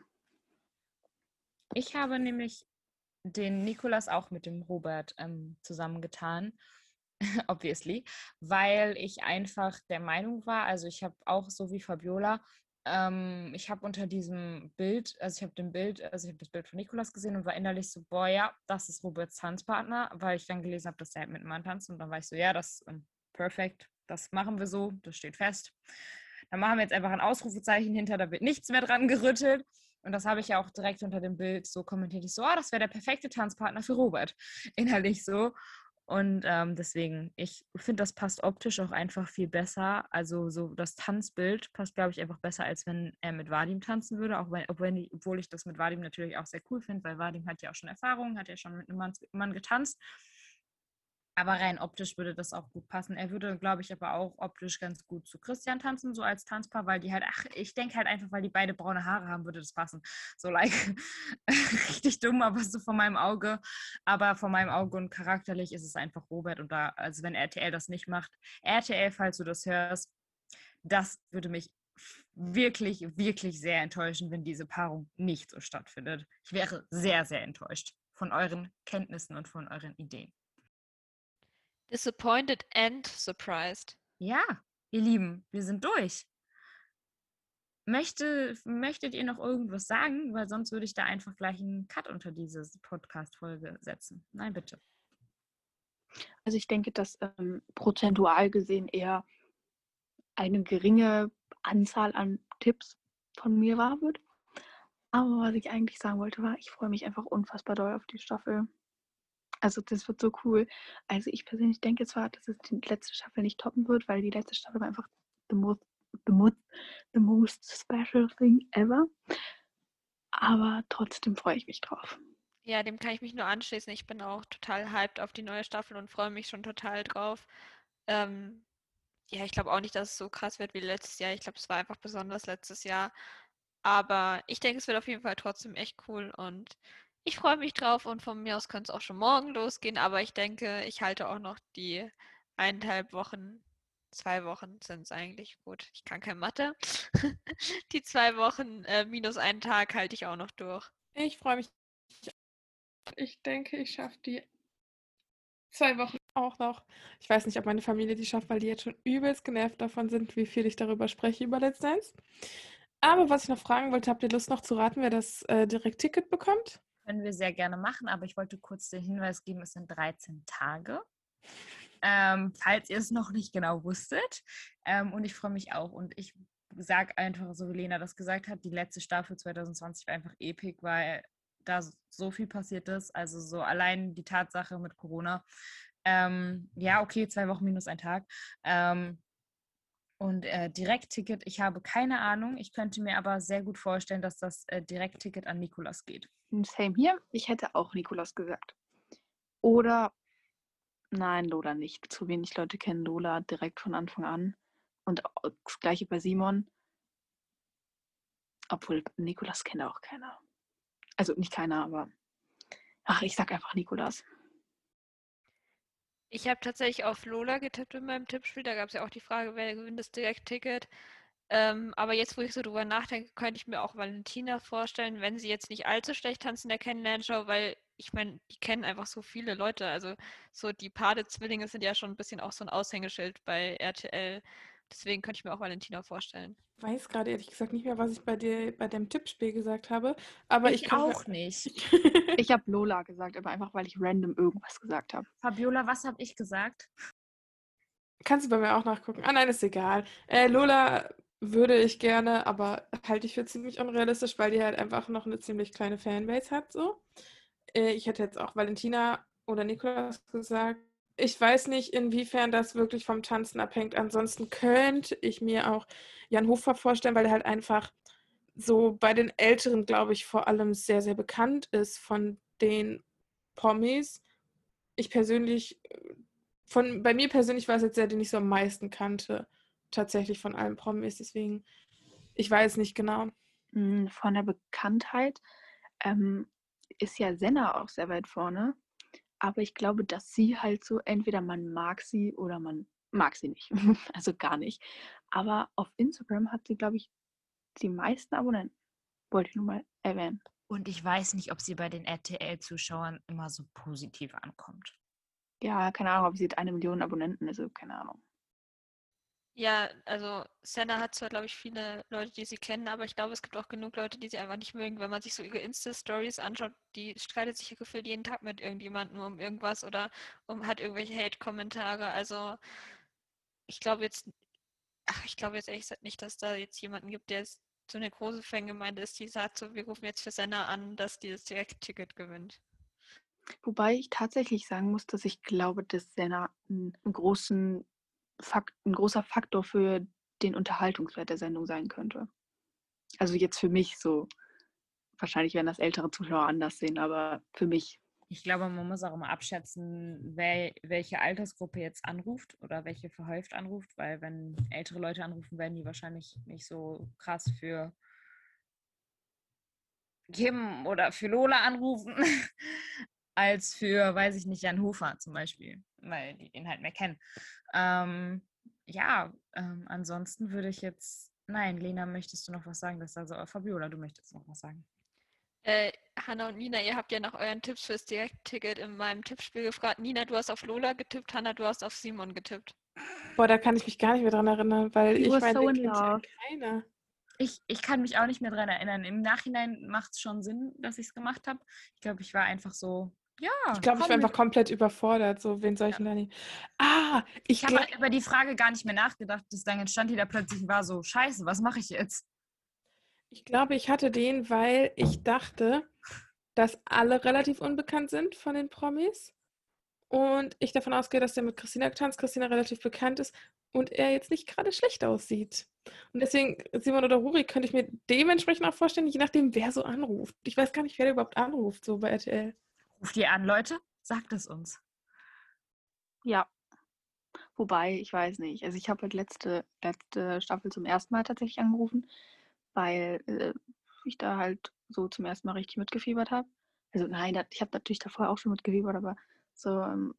Ich habe nämlich den Nikolas auch mit dem Robert zusammengetan, obviously, weil ich einfach der Meinung war, also ich habe auch so wie Fabiola, ich habe unter diesem Bild, also ich habe das Bild von Nikolas gesehen und war innerlich so, boah, ja, das ist Roberts Tanzpartner, weil ich dann gelesen habe, dass er halt mit einem Mann tanzt und dann war ich so, ja, das ist perfekt, das machen wir so, das steht fest. Dann machen wir jetzt einfach ein Ausrufezeichen hinter, da wird nichts mehr dran gerüttelt. Und das habe ich ja auch direkt unter dem Bild so kommentiert. Ich so, oh, das wäre der perfekte Tanzpartner für Robert. Innerlich so. Und deswegen, ich finde, das passt optisch auch einfach viel besser. Also so das Tanzbild passt, glaube ich, einfach besser, als wenn er mit Vadim tanzen würde. Obwohl ich das mit Vadim natürlich auch sehr cool finde, weil Vadim hat ja auch schon Erfahrung, hat ja schon mit einem Mann getanzt. Aber rein optisch würde das auch gut passen. Er würde, glaube ich, aber auch optisch ganz gut zu Christian tanzen, so als Tanzpaar, weil die halt, ich denke halt einfach, weil die beide braune Haare haben, würde das passen. So like, richtig dumm, aber so von meinem Auge. Aber von meinem Auge und charakterlich ist es einfach Robert. Und da, also wenn RTL das nicht macht, RTL, falls du das hörst, Das würde mich wirklich, wirklich sehr enttäuschen, wenn diese Paarung nicht so stattfindet. Ich wäre sehr, sehr enttäuscht von euren Kenntnissen und von euren Ideen. Disappointed and surprised. Ja, ihr Lieben, wir sind durch. Möchtet ihr noch irgendwas sagen? Weil sonst würde ich da einfach gleich einen Cut unter diese Podcast-Folge setzen. Nein, bitte. Also ich denke, dass prozentual gesehen eher eine geringe Anzahl an Tipps von mir wahr wird. Aber was ich eigentlich sagen wollte, war, ich freue mich einfach unfassbar doll auf die Staffel. Also das wird so cool. Also ich persönlich denke zwar, dass es die letzte Staffel nicht toppen wird, weil die letzte Staffel war einfach the most special thing ever. Aber trotzdem freue ich mich drauf. Ja, dem kann ich mich nur anschließen. Ich bin auch total hyped auf die neue Staffel und freue mich schon total drauf. Ja, ich glaube auch nicht, dass es so krass wird wie letztes Jahr. Ich glaube, es war einfach besonders letztes Jahr. Aber ich denke, es wird auf jeden Fall trotzdem echt cool und ich freue mich drauf und von mir aus könnte es auch schon morgen losgehen. Aber ich denke, ich halte auch noch die 1,5 Wochen, 2 Wochen sind es eigentlich, gut, ich kann kein Mathe. Die 2 Wochen minus einen Tag halte ich auch noch durch. Ich freue mich. Ich denke, ich schaffe die 2 Wochen auch noch. Ich weiß nicht, ob meine Familie die schafft, weil die jetzt schon übelst genervt davon sind, wie viel ich darüber spreche über Let's Dance. Aber was ich noch fragen wollte, habt ihr Lust noch zu raten, wer das Direktticket bekommt? Können wir sehr gerne machen, aber ich wollte kurz den Hinweis geben, es sind 13 Tage. Falls ihr es noch nicht genau wusstet. Und ich freue mich auch. Und ich sage einfach, so wie Lena das gesagt hat, die letzte Staffel 2020 war einfach epic, weil da so viel passiert ist. Also so allein die Tatsache mit Corona. Ja, okay, 2 Wochen minus ein Tag. Und Direktticket, ich habe keine Ahnung. Ich könnte mir aber sehr gut vorstellen, dass das Direktticket an Nikolas geht. Same hier. Ich hätte auch Nikolas gesagt. Oder, nein, Lola nicht. Zu wenig Leute kennen Lola direkt von Anfang an. Und das gleiche bei Simon. Obwohl, Nikolas kennt auch keiner. Also nicht keiner, aber ich sag einfach Nikolas. Ich habe tatsächlich auf Lola getippt in meinem Tippspiel. Da gab es ja auch die Frage, wer gewinnt das Direktticket. Aber jetzt, wo ich so drüber nachdenke, könnte ich mir auch Valentina vorstellen, wenn sie jetzt nicht allzu schlecht tanzt in der Kennenlernshow, weil ich meine, die kennen einfach so viele Leute. Also so die Pade-Zwillinge sind ja schon ein bisschen auch so ein Aushängeschild bei RTL. Deswegen könnte ich mir auch Valentina vorstellen. Ich weiß gerade ehrlich gesagt nicht mehr, was ich bei dem Tippspiel gesagt habe. Aber ich könnte auch nicht. Ich habe Lola gesagt, aber einfach, weil ich random irgendwas gesagt habe. Fabiola, was habe ich gesagt? Kannst du bei mir auch nachgucken. Ah nein, ist egal. Lola würde ich gerne, aber halte ich für ziemlich unrealistisch, weil die halt einfach noch eine ziemlich kleine Fanbase hat. So. Ich hätte jetzt auch Valentina oder Nikolas gesagt. Ich weiß nicht, inwiefern das wirklich vom Tanzen abhängt. Ansonsten könnte ich mir auch Jan Hofer vorstellen, weil er halt einfach so bei den Älteren, glaube ich, vor allem sehr, sehr bekannt ist von den Promis. Ich persönlich, bei mir persönlich war es jetzt der, den ich so am meisten kannte, tatsächlich von allen Promis. Deswegen, ich weiß nicht genau. Von der Bekanntheit ist ja Senna auch sehr weit vorne. Aber ich glaube, dass sie halt so, entweder man mag sie oder man mag sie nicht. Also gar nicht. Aber auf Instagram hat sie, glaube ich, die meisten Abonnenten. Wollte ich nur mal erwähnen. Und ich weiß nicht, ob sie bei den RTL-Zuschauern immer so positiv ankommt. Ja, keine Ahnung, ob sie hat 1 Million Abonnenten, also keine Ahnung. Ja, also Senna hat zwar, glaube ich, viele Leute, die sie kennen, aber ich glaube, es gibt auch genug Leute, die sie einfach nicht mögen. Wenn man sich so ihre Insta-Stories anschaut, die streitet sich ja gefühlt jeden Tag mit irgendjemandem um irgendwas oder hat irgendwelche Hate-Kommentare. Also ich glaube jetzt ehrlich gesagt nicht, dass da jetzt jemanden gibt, der jetzt so eine große Fangemeinde ist, die sagt so, wir rufen jetzt für Senna an, dass dieses Direktticket gewinnt. Wobei ich tatsächlich sagen muss, dass ich glaube, dass Senna ein großer Faktor für den Unterhaltungswert der Sendung sein könnte. Also jetzt für mich so. Wahrscheinlich werden das ältere Zuschauer anders sehen, aber für mich. Ich glaube, man muss auch immer abschätzen, welche Altersgruppe jetzt anruft oder welche verhäuft anruft, weil wenn ältere Leute anrufen, werden die wahrscheinlich nicht so krass für Kim oder für Lola anrufen, als für, weiß ich nicht, Jan Hofer zum Beispiel, weil die den halt mehr kennen. ja, ansonsten würde ich jetzt. Nein, Lena, möchtest du noch was sagen? Das ist also Fabiola, du möchtest noch was sagen. Hanna und Nina, ihr habt ja nach euren Tipps fürs Direktticket in meinem Tippspiel gefragt. Nina, du hast auf Lola getippt, Hanna, du hast auf Simon getippt. Boah, da kann ich mich gar nicht mehr dran erinnern, weil You ich were meine, so den in kennt ja love. keiner. Ich kann mich auch nicht mehr dran erinnern. Im Nachhinein macht es schon Sinn, dass ich es gemacht habe. Ich glaube, ich war einfach so, ja, Ich glaube, ich komm war mit. einfach komplett überfordert. So, wen soll ich denn da nehmen? Ah, Ich habe halt über die Frage gar nicht mehr nachgedacht, bis dann stand die da plötzlich und war so, scheiße, was mache ich jetzt? ich glaube, ich hatte den, weil ich dachte, dass alle relativ unbekannt sind von den Promis. Und ich davon ausgehe, dass der mit Christina tanzt, Christina relativ bekannt ist und er jetzt nicht gerade schlecht aussieht. Und deswegen, Simon oder Ruri, könnte ich mir dementsprechend auch vorstellen, je nachdem, wer so anruft. Ich weiß gar nicht, wer da überhaupt anruft, so bei RTL. Ruft ihr an, Leute? Sagt es uns. Ja. Wobei, ich weiß nicht. Also ich habe halt letzte Staffel zum ersten Mal tatsächlich angerufen, weil ich da halt so zum ersten Mal richtig mitgefiebert habe. Also nein, ich habe natürlich davor auch schon mitgefiebert, aber so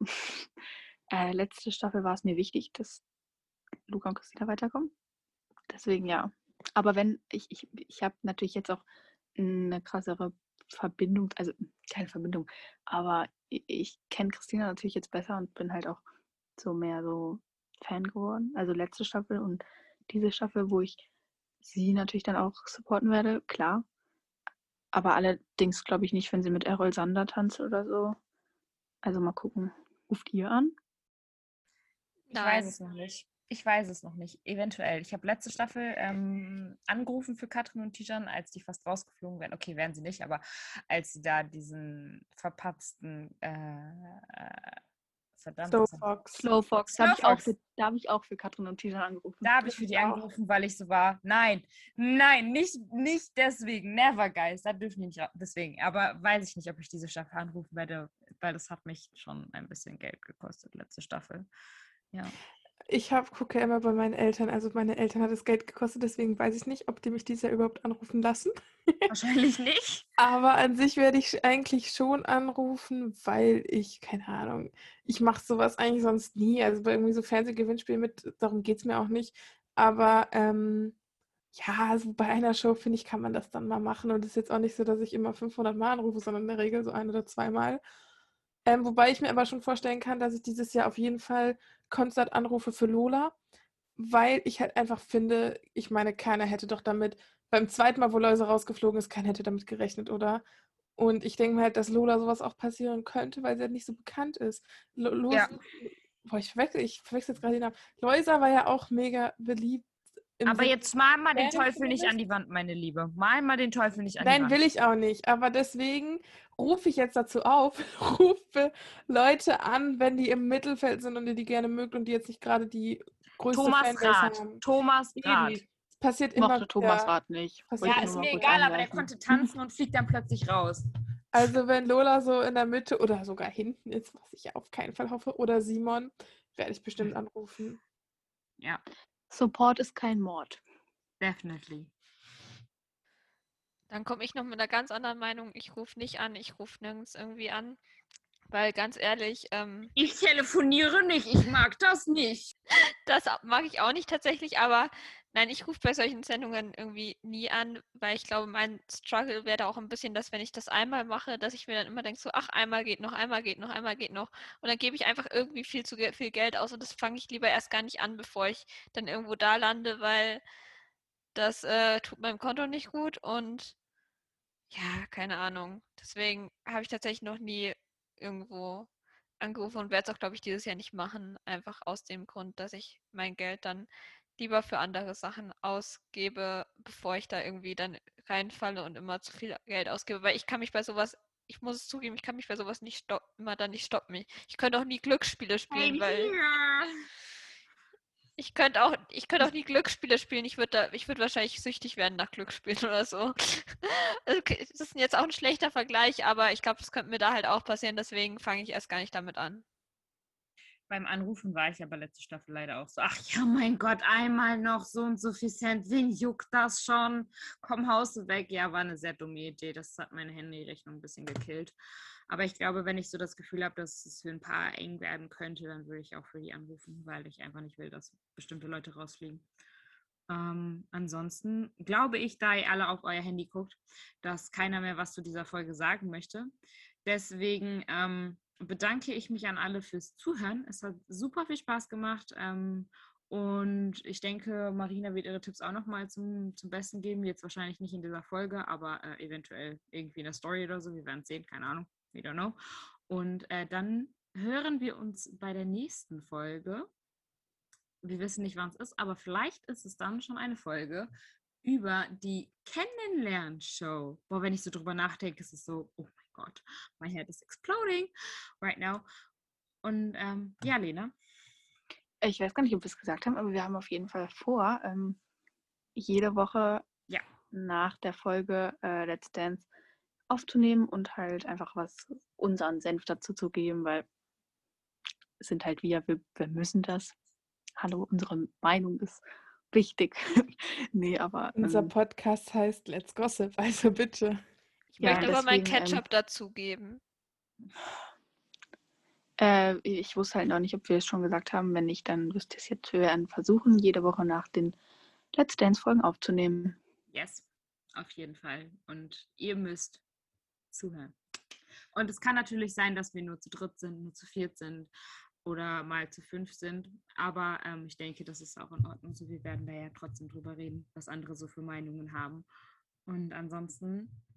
letzte Staffel war es mir wichtig, dass Luca und Christina weiterkommen. Deswegen ja. Aber wenn, ich habe natürlich jetzt auch eine krassere Verbindung, also keine Verbindung, aber ich kenne Christina natürlich jetzt besser und bin halt auch so mehr so Fan geworden. Also letzte Staffel und diese Staffel, wo ich sie natürlich dann auch supporten werde, klar. Aber allerdings glaube ich nicht, wenn sie mit Errol Sander tanzt oder so. Also mal gucken. Ruft ihr an? Ich weiß es noch nicht. Ich weiß es noch nicht. Eventuell. Ich habe letzte Staffel angerufen für Katrin und Tijan, als die fast rausgeflogen wären. Okay, wären sie nicht, aber als sie da diesen verpatzten verdammt, was Fox. Slow Fox. Da Slowfox. habe ich auch für Katrin und Tijan angerufen. Da habe ich für die angerufen, weil ich so war, nein, nicht deswegen, never guys, da dürfen die nicht deswegen. Aber weiß ich nicht, ob ich diese Staffel anrufen werde, weil das hat mich schon ein bisschen Geld gekostet, letzte Staffel. Ja. Ich gucke ja immer bei meinen Eltern, also meine Eltern hat es Geld gekostet, deswegen weiß ich nicht, ob die mich dieses Jahr überhaupt anrufen lassen. Wahrscheinlich nicht. Aber an sich werde ich eigentlich schon anrufen, weil ich, keine Ahnung, ich mache sowas eigentlich sonst nie. Also bei irgendwie so Fernsehgewinnspielen mit, darum geht es mir auch nicht. Aber ja, also bei einer Show, finde ich, kann man das dann mal machen. Und es ist jetzt auch nicht so, dass ich immer 500 Mal anrufe, sondern in der Regel so ein- oder zweimal. Wobei ich mir aber schon vorstellen kann, dass ich dieses Jahr auf jeden Fall konstant anrufe für Lola, weil ich halt einfach finde, ich meine, keiner hätte doch damit, beim zweiten Mal, wo Läuse rausgeflogen ist, keiner hätte damit gerechnet, oder? Und ich denke mir halt, dass Lola sowas auch passieren könnte, weil sie halt nicht so bekannt ist. Ja. Boah, ich verwechsel jetzt gerade den Namen. Loisa war ja auch mega beliebt. Aber jetzt mal den Fan Teufel nicht an die Wand, meine Liebe. Mal den Teufel nicht an die Nein, Wand. will ich auch nicht. Aber deswegen rufe ich jetzt dazu auf, rufe Leute an, wenn die im Mittelfeld sind und ihr die gerne mögt und die jetzt nicht gerade die größte Thomas Fanbase Rath. haben. Thomas Rath. Eben. Es passiert Ich immer mochte Thomas wieder. Rath nicht. Passiert Ja, immer ist nur mir mal kurz egal, aber der anmerken. konnte tanzen und fliegt dann plötzlich raus. Also wenn Lola so in der Mitte oder sogar hinten ist, was ich auf keinen Fall hoffe, oder Simon, werde ich bestimmt anrufen. Ja, Support ist kein Mord. definitely. Dann komme ich noch mit einer ganz anderen Meinung. Ich rufe nicht an, ich rufe nirgends irgendwie an. Weil ganz ehrlich, Ich telefoniere nicht, ich mag das nicht. das mag ich auch nicht tatsächlich, aber nein, ich rufe bei solchen Sendungen irgendwie nie an, weil ich glaube, mein Struggle wäre da auch ein bisschen, dass wenn ich das einmal mache, dass ich mir dann immer denke, so, ach, einmal geht noch, einmal geht noch, einmal geht noch. Und dann gebe ich einfach irgendwie viel zu viel Geld aus und das fange ich lieber erst gar nicht an, bevor ich dann irgendwo da lande, weil das tut meinem Konto nicht gut und ja, keine Ahnung. Deswegen habe ich tatsächlich noch nie irgendwo angerufen und werde es auch, glaube ich, dieses Jahr nicht machen. Einfach aus dem Grund, dass ich mein Geld dann lieber für andere Sachen ausgebe, bevor ich da irgendwie dann reinfalle und immer zu viel Geld ausgebe. Weil ich kann mich bei sowas, ich muss es zugeben, ich kann mich bei sowas nicht immer dann nicht stoppen. Ich könnte auch nie Glücksspiele spielen, weil ich könnte auch nie Glücksspiele spielen. Ich würde wahrscheinlich süchtig werden nach Glücksspielen oder so. Okay, das ist jetzt auch ein schlechter Vergleich, aber ich glaube, das könnte mir da halt auch passieren. Deswegen fange ich erst gar nicht damit an. Beim Anrufen war ich aber letzte Staffel leider auch so, ach ja, mein Gott, einmal noch so und so viel Cent, wen juckt das schon? Komm, Haus weg. Ja, war eine sehr dumme Idee. Das hat meine Handyrechnung ein bisschen gekillt. Aber ich glaube, wenn ich so das Gefühl habe, dass es für ein paar eng werden könnte, dann würde ich auch für die anrufen, weil ich einfach nicht will, dass bestimmte Leute rausfliegen. Ansonsten glaube ich, da ihr alle auf euer Handy guckt, dass keiner mehr was zu dieser Folge sagen möchte. Deswegen bedanke ich mich an alle fürs Zuhören. Es hat super viel Spaß gemacht. Und ich denke, Marina wird ihre Tipps auch nochmal zum Besten geben. Jetzt wahrscheinlich nicht in dieser Folge, aber eventuell irgendwie in der Story oder so. Wir werden es sehen, keine Ahnung. We don't know. Und dann hören wir uns bei der nächsten Folge. Wir wissen nicht, wann es ist, aber vielleicht ist es dann schon eine Folge über die Kennenlern-Show. Boah, wenn ich so drüber nachdenke, ist es so, oh mein Gott, my head is exploding right now. Und ja, Lena. Ich weiß gar nicht, ob wir es gesagt haben, aber wir haben auf jeden Fall vor, jede Woche nach der Folge Let's Dance aufzunehmen und halt einfach unseren Senf dazu zu geben, weil es sind halt wir müssen das. Hallo, unsere Meinung ist wichtig. Nee, aber Unser Podcast heißt Let's Gossip, also bitte. Ich möchte aber mein Ketchup dazugeben. Ich wusste halt noch nicht, ob wir es schon gesagt haben. Wenn nicht, dann wisst ihr es jetzt. Wir werden versuchen, jede Woche nach den Let's Dance-Folgen aufzunehmen. Yes, auf jeden Fall. Und ihr müsst zuhören. Und es kann natürlich sein, dass wir nur zu dritt sind, nur zu viert sind oder mal zu 5 sind. Aber ich denke, das ist auch in Ordnung. So, wir werden da ja trotzdem drüber reden, was andere so für Meinungen haben. Und ansonsten